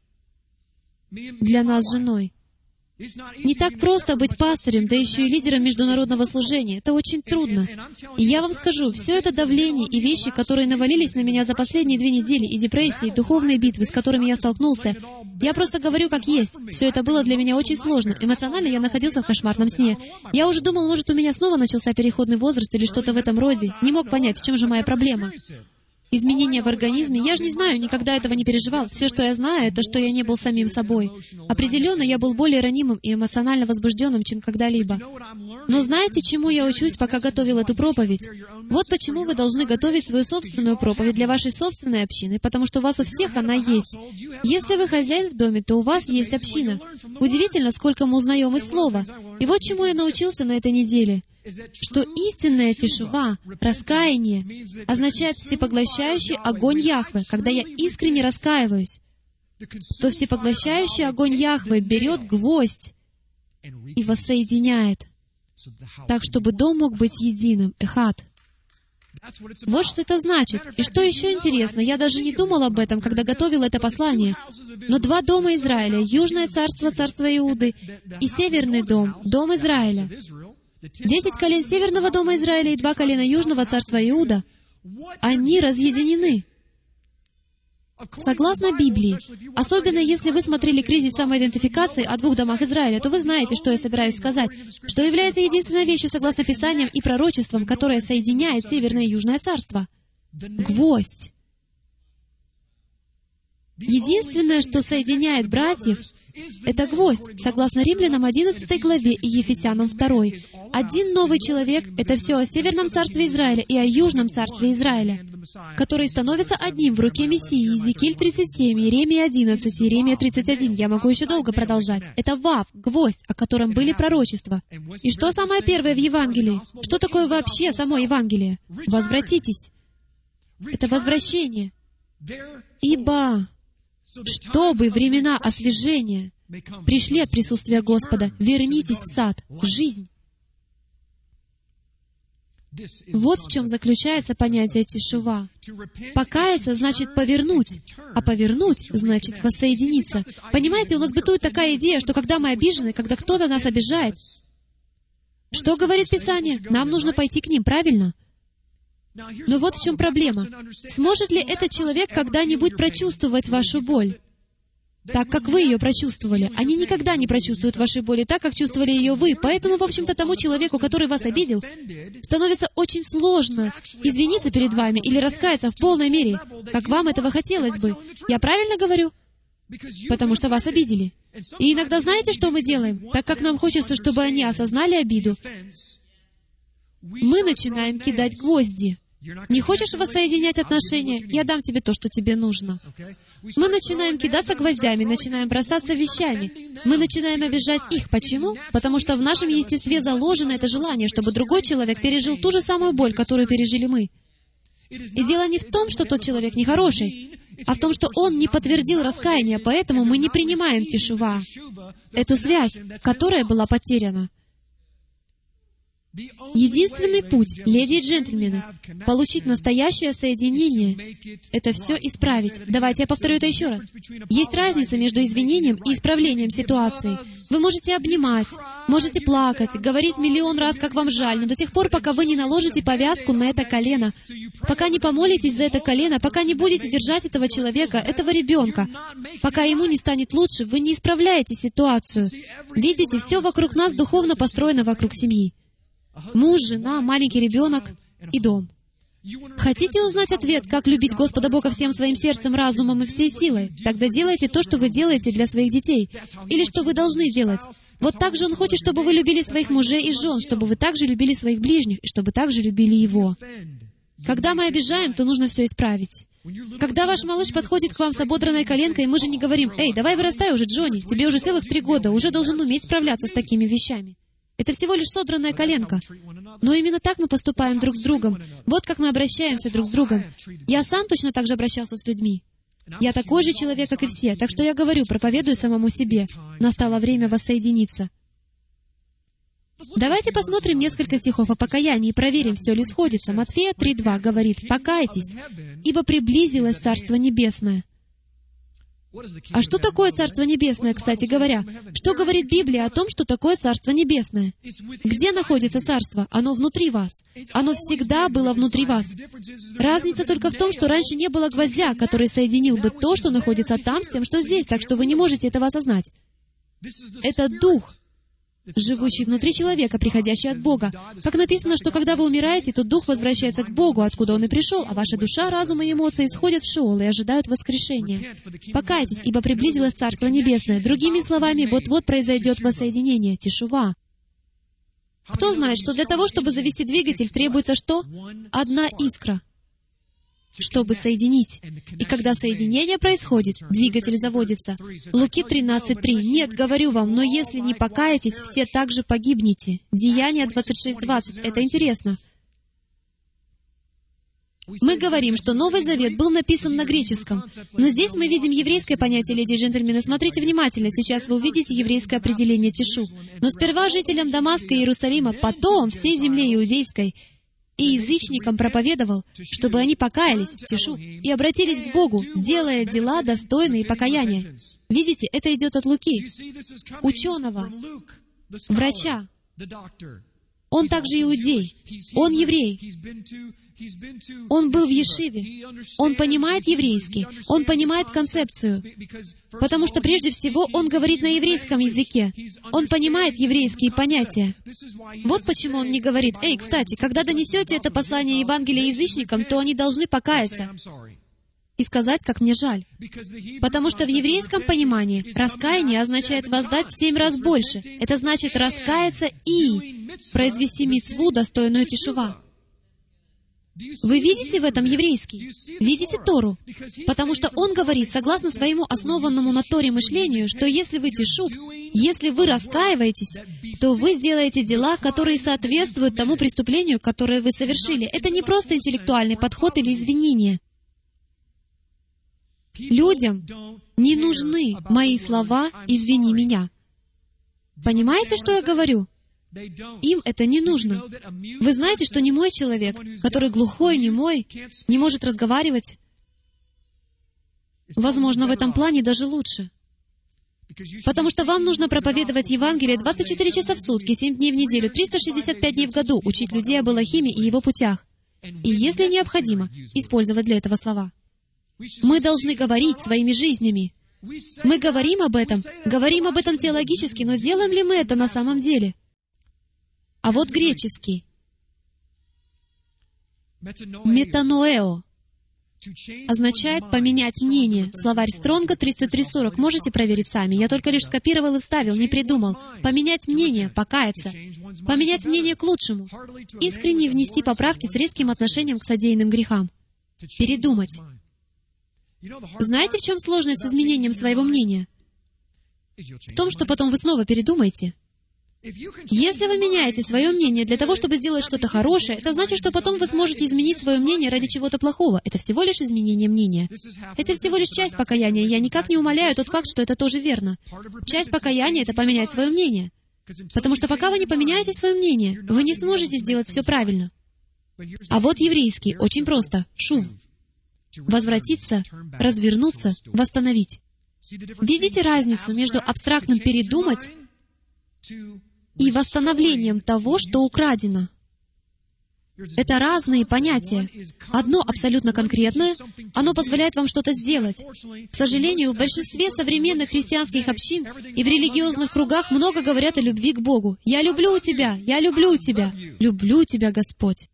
Для нас с женой. Не так просто быть пастырем, да еще и лидером международного служения. Это очень трудно. И я вам скажу, все это давление и вещи, которые навалились на меня за последние 2 недели, и депрессии, и духовные битвы, с которыми я столкнулся, я просто говорю как есть. Все это было для меня очень сложно. Эмоционально я находился в кошмарном сне. Я уже думал, может, у меня снова начался переходный возраст или что-то в этом роде. Не мог понять, в чем же моя проблема. Изменения в организме, я же не знаю, никогда этого не переживал. Все, что я знаю, это что я не был самим собой. Определенно, я был более ранимым и эмоционально возбужденным, чем когда-либо. Но знаете, чему я учусь, пока готовил эту проповедь? Вот почему вы должны готовить свою собственную проповедь для вашей собственной общины, потому что у вас у всех она есть. Если вы хозяин в доме, то у вас есть община. Удивительно, сколько мы узнаем из Слова. И вот чему я научился на этой неделе. Что истинная тишува, раскаяние, означает всепоглощающий огонь Яхве. Когда я искренне раскаиваюсь, то всепоглощающий огонь Яхве берет гвоздь и воссоединяет, так, чтобы дом мог быть единым, эхад. Вот что это значит. И что еще интересно, я даже не думал об этом, когда готовил это послание. Но 2 дома Израиля, Южное царство, царство Иуды, и Северный дом, дом Израиля, 10 колен Северного дома Израиля и 2 колена Южного царства Иуда, они разъединены. Согласно Библии, особенно если вы смотрели «Кризис самоидентификации» о 2 домах Израиля, то вы знаете, что я собираюсь сказать, что является единственной вещью, согласно Писаниям и пророчествам, которая соединяет Северное и Южное царство. Гвоздь. Единственное, что соединяет братьев, это гвоздь, согласно Римлянам 11 главе и Ефесянам 2. Один новый человек — это все о Северном царстве Израиля и о Южном царстве Израиля, которые становятся одним в руке Мессии. Иезекииль 37, Иеремия 11, Иеремия 31. Я могу еще долго продолжать. Это вав, гвоздь, о котором были пророчества. И что самое первое в Евангелии? Что такое вообще само Евангелие? Возвратитесь. Это возвращение. Ибо чтобы времена освяжения пришли от присутствия Господа, вернитесь в сад, в жизнь. Вот в чем заключается понятие тишува. Покаяться значит повернуть, а повернуть значит воссоединиться. Понимаете, у нас бытует такая идея, что когда мы обижены, когда кто-то нас обижает, что говорит Писание? Нам нужно пойти к ним, правильно? Но вот в чем проблема. Сможет ли этот человек когда-нибудь прочувствовать вашу боль, так как вы ее прочувствовали? Они никогда не прочувствуют вашей боли так, как чувствовали ее вы. Поэтому, в общем-то, тому человеку, который вас обидел, становится очень сложно извиниться перед вами или раскаяться в полной мере, как вам этого хотелось бы. Я правильно говорю? Потому что вас обидели. И иногда знаете, что мы делаем? Так как нам хочется, чтобы они осознали обиду, мы начинаем кидать гвозди. Не хочешь воссоединять отношения? Я дам тебе то, что тебе нужно. Мы начинаем кидаться гвоздями, начинаем бросаться вещами. Мы начинаем обижать их. Почему? Потому что в нашем естестве заложено это желание, чтобы другой человек пережил ту же самую боль, которую пережили мы. И дело не в том, что тот человек нехороший, а в том, что он не подтвердил раскаяние, поэтому мы не принимаем тишува, эту связь, которая была потеряна. Единственный путь, леди и джентльмены, получить настоящее соединение, это все исправить. Давайте я повторю это еще раз. Есть разница между извинением и исправлением ситуации. Вы можете обнимать, можете плакать, говорить миллион раз, как вам жаль, но до тех пор, пока вы не наложите повязку на это колено, пока не помолитесь за это колено, пока не будете держать этого человека, этого ребенка, пока ему не станет лучше, вы не исправляете ситуацию. Видите, все вокруг нас духовно построено вокруг семьи. Муж, жена, маленький ребенок и дом. Хотите узнать ответ, как любить Господа Бога всем своим сердцем, разумом и всей силой? Тогда делайте то, что вы делаете для своих детей. Или что вы должны делать. Вот так же Он хочет, чтобы вы любили своих мужей и жен, чтобы вы также любили своих ближних, и чтобы также любили Его. Когда мы обижаем, то нужно все исправить. Когда ваш малыш подходит к вам с ободранной коленкой, мы же не говорим: «Эй, давай вырастай уже, Джонни, тебе уже целых 3 года, уже должен уметь справляться с такими вещами». Это всего лишь содранная коленка. Но именно так мы поступаем друг с другом. Вот как мы обращаемся друг с другом. Я сам точно так же обращался с людьми. Я такой же человек, как и все, так что я говорю, проповедую самому себе. Настало время воссоединиться. Давайте посмотрим несколько стихов о покаянии и проверим, все ли сходится. Матфея 3:2 говорит: «Покайтесь, ибо приблизилось Царство Небесное». А что такое Царство Небесное, кстати говоря? Что говорит Библия о том, что такое Царство Небесное? Где находится Царство? Оно внутри вас. Оно всегда было внутри вас. Разница только в том, что раньше не было гвоздя, который соединил бы то, что находится там, с тем, что здесь, так что вы не можете этого осознать. Это Дух, живущий внутри человека, приходящий от Бога. Как написано, что когда вы умираете, то Дух возвращается к Богу, откуда Он и пришел, а ваша душа, разум и эмоции исходят в Шеол и ожидают воскрешения. Покайтесь, ибо приблизилось Царство Небесное. Другими словами, вот-вот произойдет воссоединение, тешува. Кто знает, что для того, чтобы завести двигатель, требуется что? Одна искра, чтобы соединить. И когда соединение происходит, двигатель заводится. Луки 13:3. «Нет, говорю вам, но если не покаетесь, все также погибнете». Деяния 26:20. Это интересно. Мы говорим, что Новый Завет был написан на греческом. Но здесь мы видим еврейское понятие, леди и джентльмены. Смотрите внимательно, сейчас вы увидите еврейское определение тешу. «Но сперва жителям Дамаска и Иерусалима, потом всей земле иудейской, и язычникам проповедовал, чтобы они покаялись, тешу, и обратились к Богу, делая дела, достойные покаяния». Видите, это идет от Луки, ученого, врача. Он также иудей, он еврей. Он был в Ешиве. Он понимает еврейский. Он понимает концепцию. Потому что прежде всего он говорит на еврейском языке. Он понимает еврейские понятия. Вот почему он не говорит: «Эй, кстати, когда донесете это послание Евангелия язычникам, то они должны покаяться и сказать, как мне жаль». Потому что в еврейском понимании раскаяние означает воздать в 7 раз больше. Это значит раскаяться и произвести мицву, достойную тешува. Вы видите в этом еврейский? Видите Тору? Потому что он говорит, согласно своему основанному на Торе мышлению, что если вы тешу, если вы раскаиваетесь, то вы делаете дела, которые соответствуют тому преступлению, которое вы совершили. Это не просто интеллектуальный подход или извинение. Людям не нужны мои слова «извини меня». Понимаете, что я говорю? Им это не нужно. Вы знаете, что немой человек, который глухой, немой, не может разговаривать, возможно, в этом плане даже лучше. Потому что вам нужно проповедовать Евангелие 24 часа в сутки, 7 дней в неделю, 365 дней в году, учить людей об Элохиме и Его путях. И если необходимо, использовать для этого слова. Мы должны говорить своими жизнями. Мы говорим об этом теологически, но делаем ли мы это на самом деле? А вот греческий. Метаноэо означает «поменять мнение». Словарь Стронга 33:40. Можете проверить сами. Я только лишь скопировал и вставил, не придумал. Поменять мнение, покаяться. Поменять мнение к лучшему. Искренне внести поправки с резким отношением к содеянным грехам. Передумать. Знаете, в чем сложность с изменением своего мнения? В том, что потом вы снова передумаете. Если вы меняете свое мнение для того, чтобы сделать что-то хорошее, это значит, что потом вы сможете изменить свое мнение ради чего-то плохого. Это всего лишь изменение мнения. Это всего лишь часть покаяния. Я никак не умаляю тот факт, что это тоже верно. Часть покаяния — это поменять свое мнение. Потому что пока вы не поменяете свое мнение, вы не сможете сделать все правильно. А вот еврейский, очень просто, шув. Возвратиться, развернуться, восстановить. Видите разницу между абстрактным «передумать» и восстановлением того, что украдено? Это разные понятия. Одно абсолютно конкретное, оно позволяет вам что-то сделать. К сожалению, в большинстве современных христианских общин и в религиозных кругах много говорят о любви к Богу. «Я люблю тебя! Я люблю тебя! Люблю тебя, Господь!»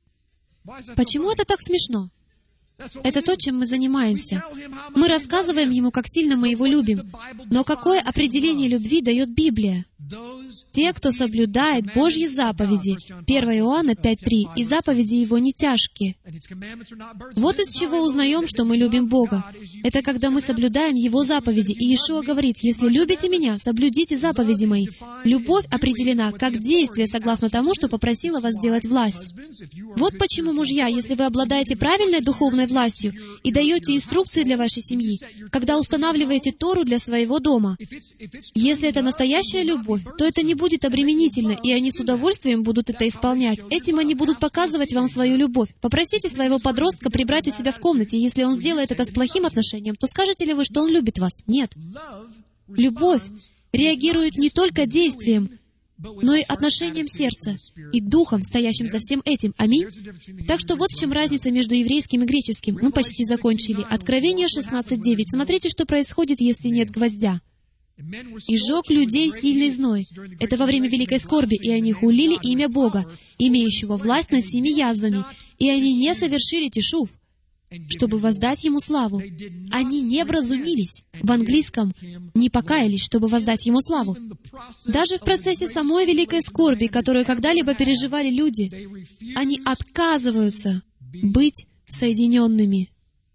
Почему это так смешно? Это то, чем мы занимаемся. Мы рассказываем Ему, как сильно мы Его любим. Но какое определение любви дает Библия? Те, кто соблюдает Божьи заповеди, 1 Иоанна 5:3, и заповеди Его не тяжкие. Вот из чего узнаем, что мы любим Бога. Это когда мы соблюдаем Его заповеди. И Иешуа говорит: «Если любите Меня, соблюдите заповеди Мои». Любовь определена как действие, согласно тому, что попросила вас сделать власть. Вот почему, мужья, если вы обладаете правильной духовной властью и даете инструкции для вашей семьи, когда устанавливаете Тору для своего дома, если это настоящая любовь, то это не будет обременительно, и они с удовольствием будут это исполнять. Этим они будут показывать вам свою любовь. Попросите своего подростка прибрать у себя в комнате. Если он сделает это с плохим отношением, то скажете ли вы, что он любит вас? Нет. Любовь реагирует не только действием, но и отношением сердца и духом, стоящим за всем этим. Аминь. Так что вот в чем разница между еврейским и греческим. Мы почти закончили. Откровение 16:9. Смотрите, что происходит, если нет гвоздя. «И жег людей сильный зной». Это во время великой скорби, и они хулили имя Бога, имеющего власть над 7 язвами, и они не совершили тешув, чтобы воздать Ему славу. Они не вразумились. В английском «не покаялись, чтобы воздать Ему славу». Даже в процессе самой великой скорби, которую когда-либо переживали люди, они отказываются быть соединенными.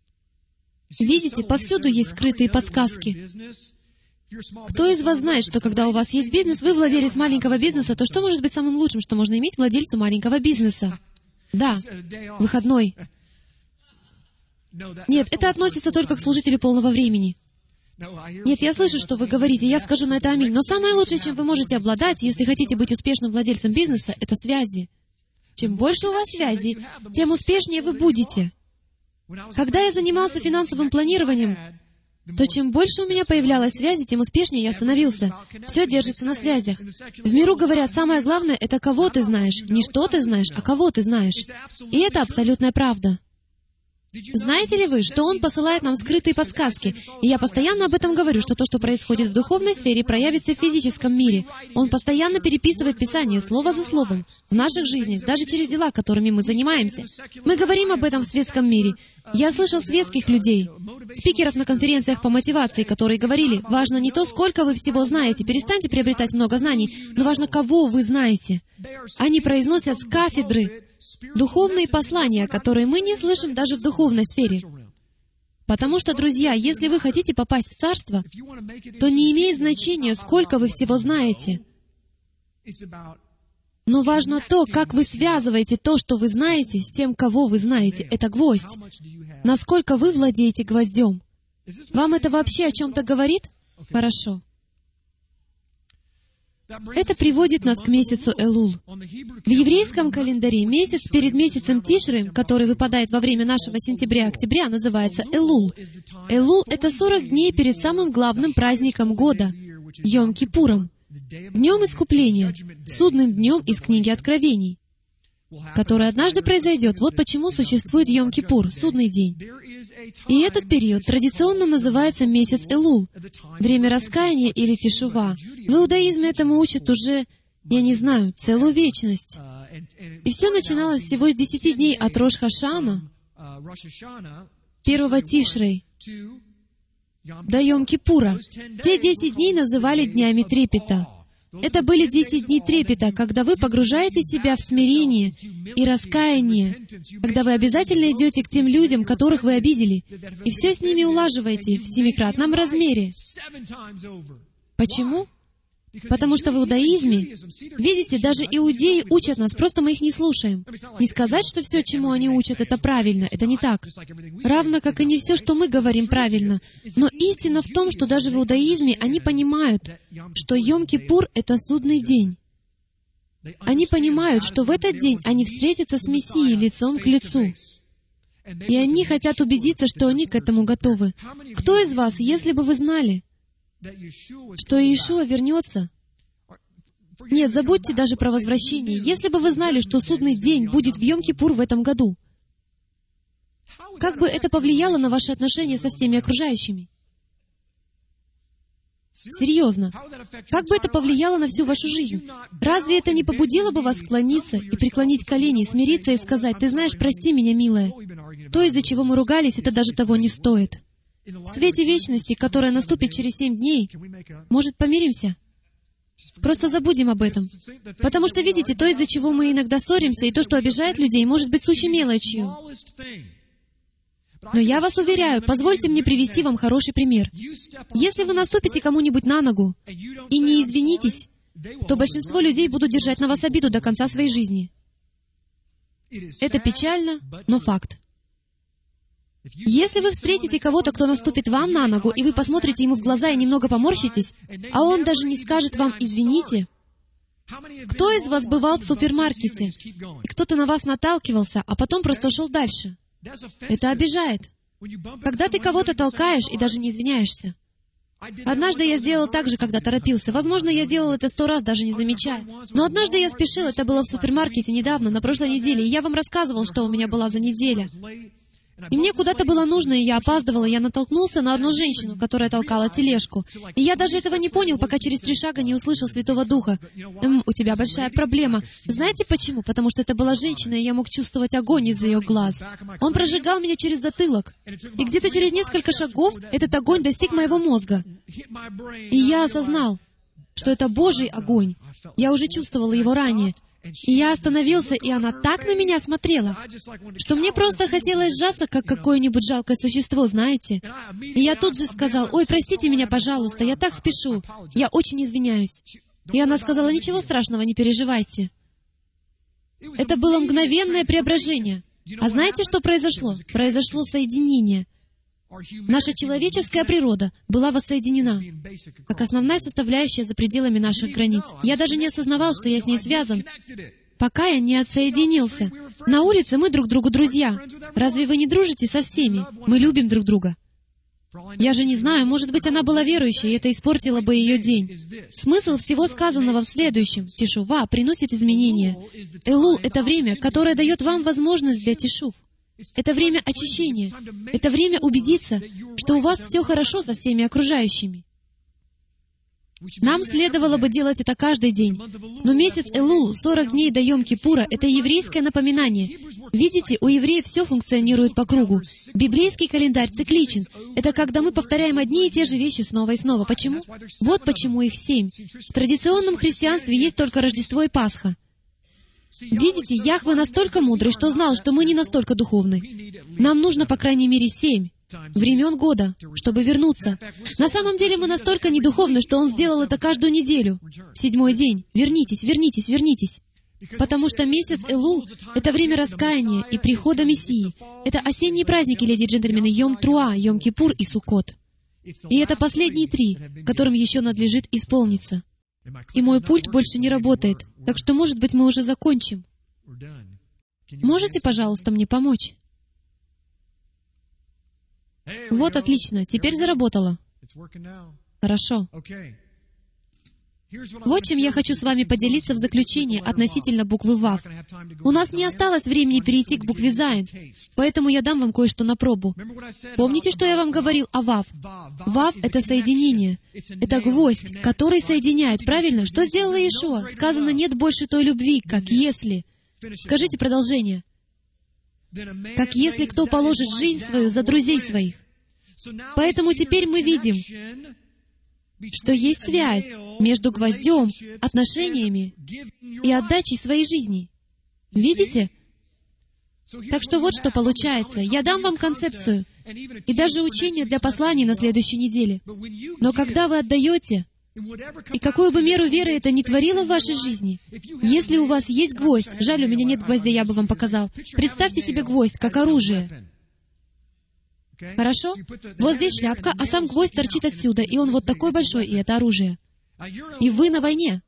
Видите, повсюду есть скрытые подсказки. Кто из вас знает, что когда у вас есть бизнес, вы владелец маленького бизнеса, то что может быть самым лучшим, что можно иметь владельцу маленького бизнеса? Да, выходной. Нет, это относится только к служителю полного времени. Нет, я слышу, что вы говорите, я скажу на это аминь. Но самое лучшее, чем вы можете обладать, если хотите быть успешным владельцем бизнеса, это связи. Чем больше у вас связей, тем успешнее вы будете. Когда я занимался финансовым планированием, то чем больше у меня появлялось связи, тем успешнее я становился. Все держится на связях. В миру говорят, самое главное — это кого ты знаешь. Не что ты знаешь, а кого ты знаешь. И это абсолютная правда. Знаете ли вы, что Он посылает нам скрытые подсказки? И я постоянно об этом говорю, что то, что происходит в духовной сфере, проявится в физическом мире. Он постоянно переписывает Писание слово за словом в наших жизнях, даже через дела, которыми мы занимаемся. Мы говорим об этом в светском мире. Я слышал светских людей, спикеров на конференциях по мотивации, которые говорили: важно не то, сколько вы всего знаете, перестаньте приобретать много знаний, но важно, кого вы знаете. Они произносят с кафедры духовные послания, которые мы не слышим даже в духовной сфере. Потому что, друзья, если вы хотите попасть в Царство, то не имеет значения, сколько вы всего знаете. Но важно то, как вы связываете то, что вы знаете, с тем, кого вы знаете. Это гвоздь. Насколько вы владеете гвоздем. Вам это вообще о чем-то говорит? Хорошо. Это приводит нас к месяцу Элул. В еврейском календаре месяц перед месяцем Тишри, который выпадает во время нашего сентября-октября, называется Элул. Элул — это 40 дней перед самым главным праздником года — Йом-Кипуром, днем искупления, судным днем из книги Откровений, который однажды произойдет. Вот почему существует Йом-Кипур, судный день. И этот период традиционно называется месяц Элул, время раскаяния или тишува. В иудаизме этому учат уже, я не знаю, целую вечность. И все начиналось всего с 10 дней от Рош-Хашана, 1 Тишрей, до Йом-Кипура. Те 10 дней называли днями трепета. Это были 10 дней трепета, когда вы погружаете себя в смирение и раскаяние, когда вы обязательно идете к тем людям, которых вы обидели, и все с ними улаживаете в 7-кратном размере. Почему? Потому что в иудаизме, видите, даже иудеи учат нас, просто мы их не слушаем. Не сказать, что все, чему они учат, это правильно, это не так. Равно как и не все, что мы говорим, правильно. Но истина в том, что даже в иудаизме они понимают, что Йом-Кипур — это судный день. Они понимают, что в этот день они встретятся с Мессией лицом к лицу. И они хотят убедиться, что они к этому готовы. Кто из вас, если бы вы знали, что Иешуа вернется? Нет, забудьте даже про возвращение. Если бы вы знали, что судный день будет в Йом-Кипур в этом году, как бы это повлияло на ваши отношения со всеми окружающими? Серьезно. Как бы это повлияло на всю вашу жизнь? Разве это не побудило бы вас склониться и преклонить колени, смириться и сказать: «Ты знаешь, прости меня, милая. То, из-за чего мы ругались, это даже того не стоит. В свете вечности, которая наступит через 7 дней, может, помиримся?» Просто забудем об этом. Потому что, видите, то, из-за чего мы иногда ссоримся, и то, что обижает людей, может быть сущей мелочью. Но я вас уверяю, позвольте мне привести вам хороший пример. Если вы наступите кому-нибудь на ногу и не извинитесь, то большинство людей будут держать на вас обиду до конца своей жизни. Это печально, но факт. Если вы встретите кого-то, кто наступит вам на ногу, и вы посмотрите ему в глаза и немного поморщитесь, а он даже не скажет вам «извините», кто из вас бывал в супермаркете, и кто-то на вас наталкивался, а потом просто шел дальше? Это обижает. Когда ты кого-то толкаешь и даже не извиняешься. Однажды я сделал так же, когда торопился. Возможно, я делал это 100 раз, даже не замечая. Но однажды я спешил, это было в супермаркете недавно, на прошлой неделе, и я вам рассказывал, что у меня была за неделя. И мне куда-то было нужно, и я опаздывала, и я натолкнулся на одну женщину, которая толкала тележку. И я даже этого не понял, пока через 3 шага не услышал Святого Духа. У тебя большая проблема. Знаете почему? Потому что это была женщина, и я мог чувствовать огонь из ее глаз. Он прожигал меня через затылок. И где-то через несколько шагов этот огонь достиг моего мозга. И я осознал, что это Божий огонь. Я уже чувствовал его ранее. И я остановился, и она так на меня смотрела, что мне просто хотелось сжаться, как какое-нибудь жалкое существо, знаете. И я тут же сказал: «Ой, простите меня, пожалуйста, я так спешу, я очень извиняюсь». И она сказала: «Ничего страшного, не переживайте». Это было мгновенное преображение. А знаете, что произошло? Произошло соединение. Наша человеческая природа была воссоединена, как основная составляющая за пределами наших границ. Я даже не осознавал, что я с ней связан, пока я не отсоединился. На улице мы друг другу друзья. Разве вы не дружите со всеми? Мы любим друг друга. Я же не знаю, может быть, она была верующей, и это испортило бы ее день. Смысл всего сказанного в следующем. Тешува приносит изменения. Элул — это время, которое дает вам возможность для тешув. Это время очищения. Это время убедиться, что у вас все хорошо со всеми окружающими. Нам следовало бы делать это каждый день. Но месяц Элул, 40 дней до Йом-Кипура, это еврейское напоминание. Видите, у евреев все функционирует по кругу. Библейский календарь цикличен. Это когда мы повторяем одни и те же вещи снова и снова. Почему? Вот почему их 7. В традиционном христианстве есть только Рождество и Пасха. Видите, Яхве настолько мудрый, что знал, что мы не настолько духовны. Нам нужно, по крайней мере, 7 времен года, чтобы вернуться. На самом деле мы настолько недуховны, что Он сделал это каждую неделю. В 7-й день. Вернитесь, вернитесь, вернитесь. Потому что месяц Элул — это время раскаяния и прихода Мессии. Это осенние праздники, леди и джентльмены, Йом-Труа, Йом-Кипур и Суккот. И это последние 3, которым еще надлежит исполниться. И мой пульт больше не работает, так что, может быть, мы уже закончим. Можете, пожалуйста, мне помочь? Вот, отлично, теперь заработало. Хорошо. Вот чем я хочу с вами поделиться в заключение относительно буквы Вав. У нас не осталось времени перейти к букве Зайн, поэтому я дам вам кое-что на пробу. Помните, что я вам говорил о Вав? Вав — это соединение. Это гвоздь, который соединяет, правильно? Что сделала Иешуа? Сказано: «Нет больше той любви, как если». Скажите продолжение. «Как если кто положит жизнь свою за друзей своих». Поэтому теперь мы видим, что есть связь между гвоздем, отношениями и отдачей своей жизни. Видите? Так что вот что получается. Я дам вам концепцию и даже учение для посланий на следующей неделе. Но когда вы отдаете, И какую бы меру веры это ни творило в вашей жизни, если у вас есть гвоздь, жаль, у меня нет гвоздя, я бы вам показал. Представьте себе гвоздь, как оружие. Хорошо? Вот здесь шляпка, а сам гвоздь торчит отсюда, и он вот такой большой, и это оружие. И вы на войне.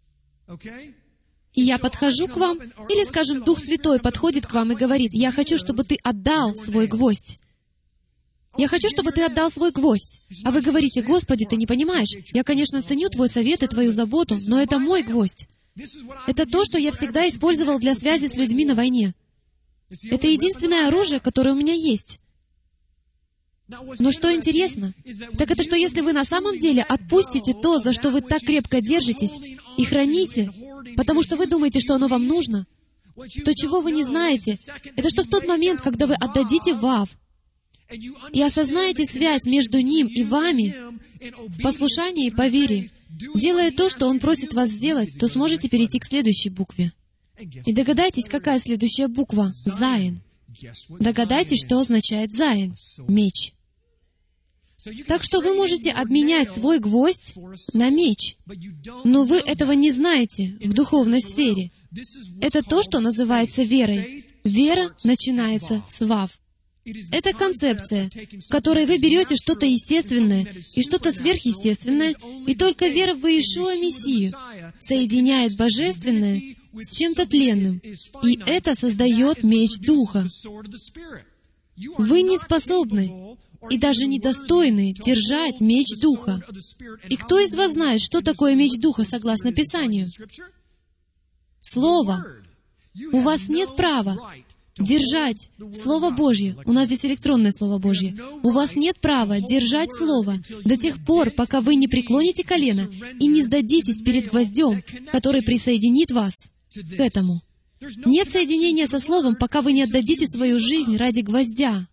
И я подхожу к вам, или, скажем, Дух Святой подходит к вам и говорит, «Я хочу, чтобы ты отдал свой гвоздь». Я хочу, чтобы ты отдал свой гвоздь. А вы говорите, «Господи, ты не понимаешь. Я, конечно, ценю твой совет и твою заботу, но это мой гвоздь. Это то, что я всегда использовал для связи с людьми на войне. Это единственное оружие, которое у меня есть». Но что интересно, так это что если вы на самом деле отпустите то, за что вы так крепко держитесь, и храните, потому что вы думаете, что оно вам нужно, то чего вы не знаете, это что в тот момент, когда вы отдадите Вав, и осознаете связь между Ним и вами в послушании и по вере, делая то, что Он просит вас сделать, то сможете перейти к следующей букве. И догадайтесь, какая следующая буква? Заин. Догадайтесь, что означает Заин? Меч. Так что вы можете обменять свой гвоздь на меч, но вы этого не знаете в духовной сфере. Это то, что называется верой. Вера начинается с Вав. Это концепция, в которой вы берете что-то естественное и что-то сверхъестественное, и только вера в Иешуа Мессию соединяет божественное с чем-то тленным, и это создает меч Духа. Вы не способны и даже недостойны держать меч Духа. И кто из вас знает, что такое меч Духа, согласно Писанию? Слово. У вас нет права держать Слово Божье. У нас здесь электронное Слово Божье. У вас нет права держать Слово до тех пор, пока вы не преклоните колено и не сдадитесь перед гвоздем, который присоединит вас к этому. Нет соединения со Словом, пока вы не отдадите свою жизнь ради гвоздя.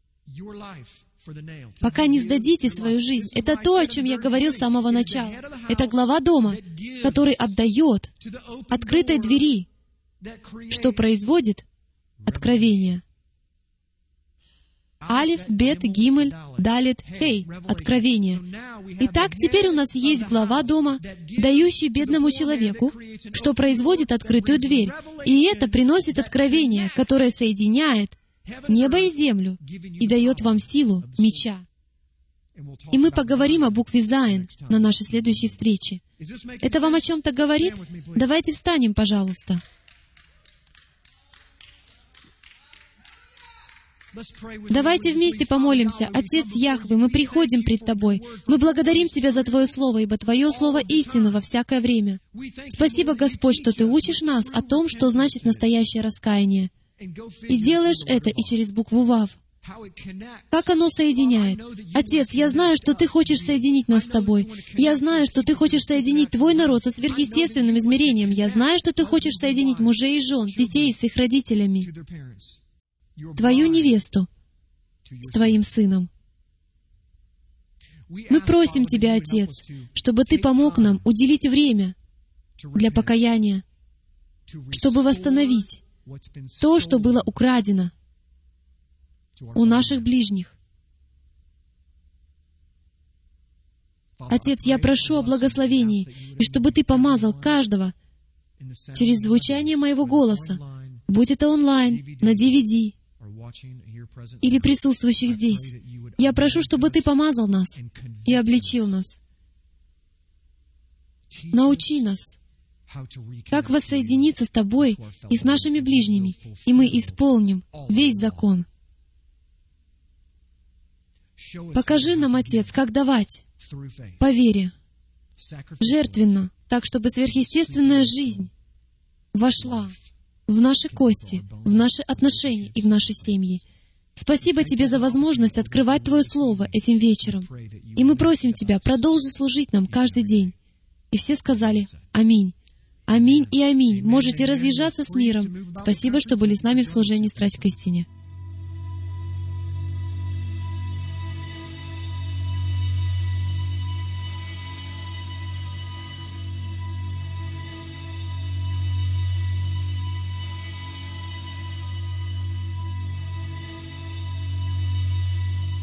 Пока не сдадите свою жизнь. Это то, о чем я говорил с самого начала. Это глава дома, который отдает открытой двери, что производит откровение. Алиф, Бет, Гимель, Далет, Хей. Откровение. Итак, теперь у нас есть глава дома, дающий бедному человеку, что производит открытую дверь. И это приносит откровение, которое соединяет небо и землю и дает вам силу меча. И мы поговорим о букве Заин на нашей следующей встрече. Это вам о чем-то говорит? Давайте встанем, пожалуйста. Давайте вместе помолимся. Отец Яхве, мы приходим пред Тобой. Мы благодарим Тебя за Твое Слово, ибо Твое Слово истина во всякое время. Спасибо, Господь, что Ты учишь нас о том, что значит настоящее раскаяние. И делаешь это и через букву Вав. Как оно соединяет? Отец, я знаю, что Ты хочешь соединить нас с Тобой. Я знаю, что Ты хочешь соединить Твой народ со сверхъестественным измерением. Я знаю, что Ты хочешь соединить мужей и жен, детей с их родителями, Твою невесту с Твоим сыном. Мы просим Тебя, Отец, чтобы Ты помог нам уделить время для покаяния, чтобы восстановить то, что было украдено у наших ближних. Отец, я прошу о благословении, и чтобы Ты помазал каждого через звучание моего голоса, будь это онлайн, на DVD, или присутствующих здесь. Я прошу, чтобы Ты помазал нас и обличил нас. Научи нас, как воссоединиться с Тобой и с нашими ближними, и мы исполним весь закон. Покажи нам, Отец, как давать по вере, жертвенно, так, чтобы сверхъестественная жизнь вошла в наши кости, в наши отношения и в наши семьи. Спасибо Тебе за возможность открывать Твое Слово этим вечером. И мы просим Тебя, продолжи служить нам каждый день. И все сказали «Аминь». Аминь и аминь. Можете разъезжаться с миром. Спасибо, что были с нами в служении «Страсть к истине».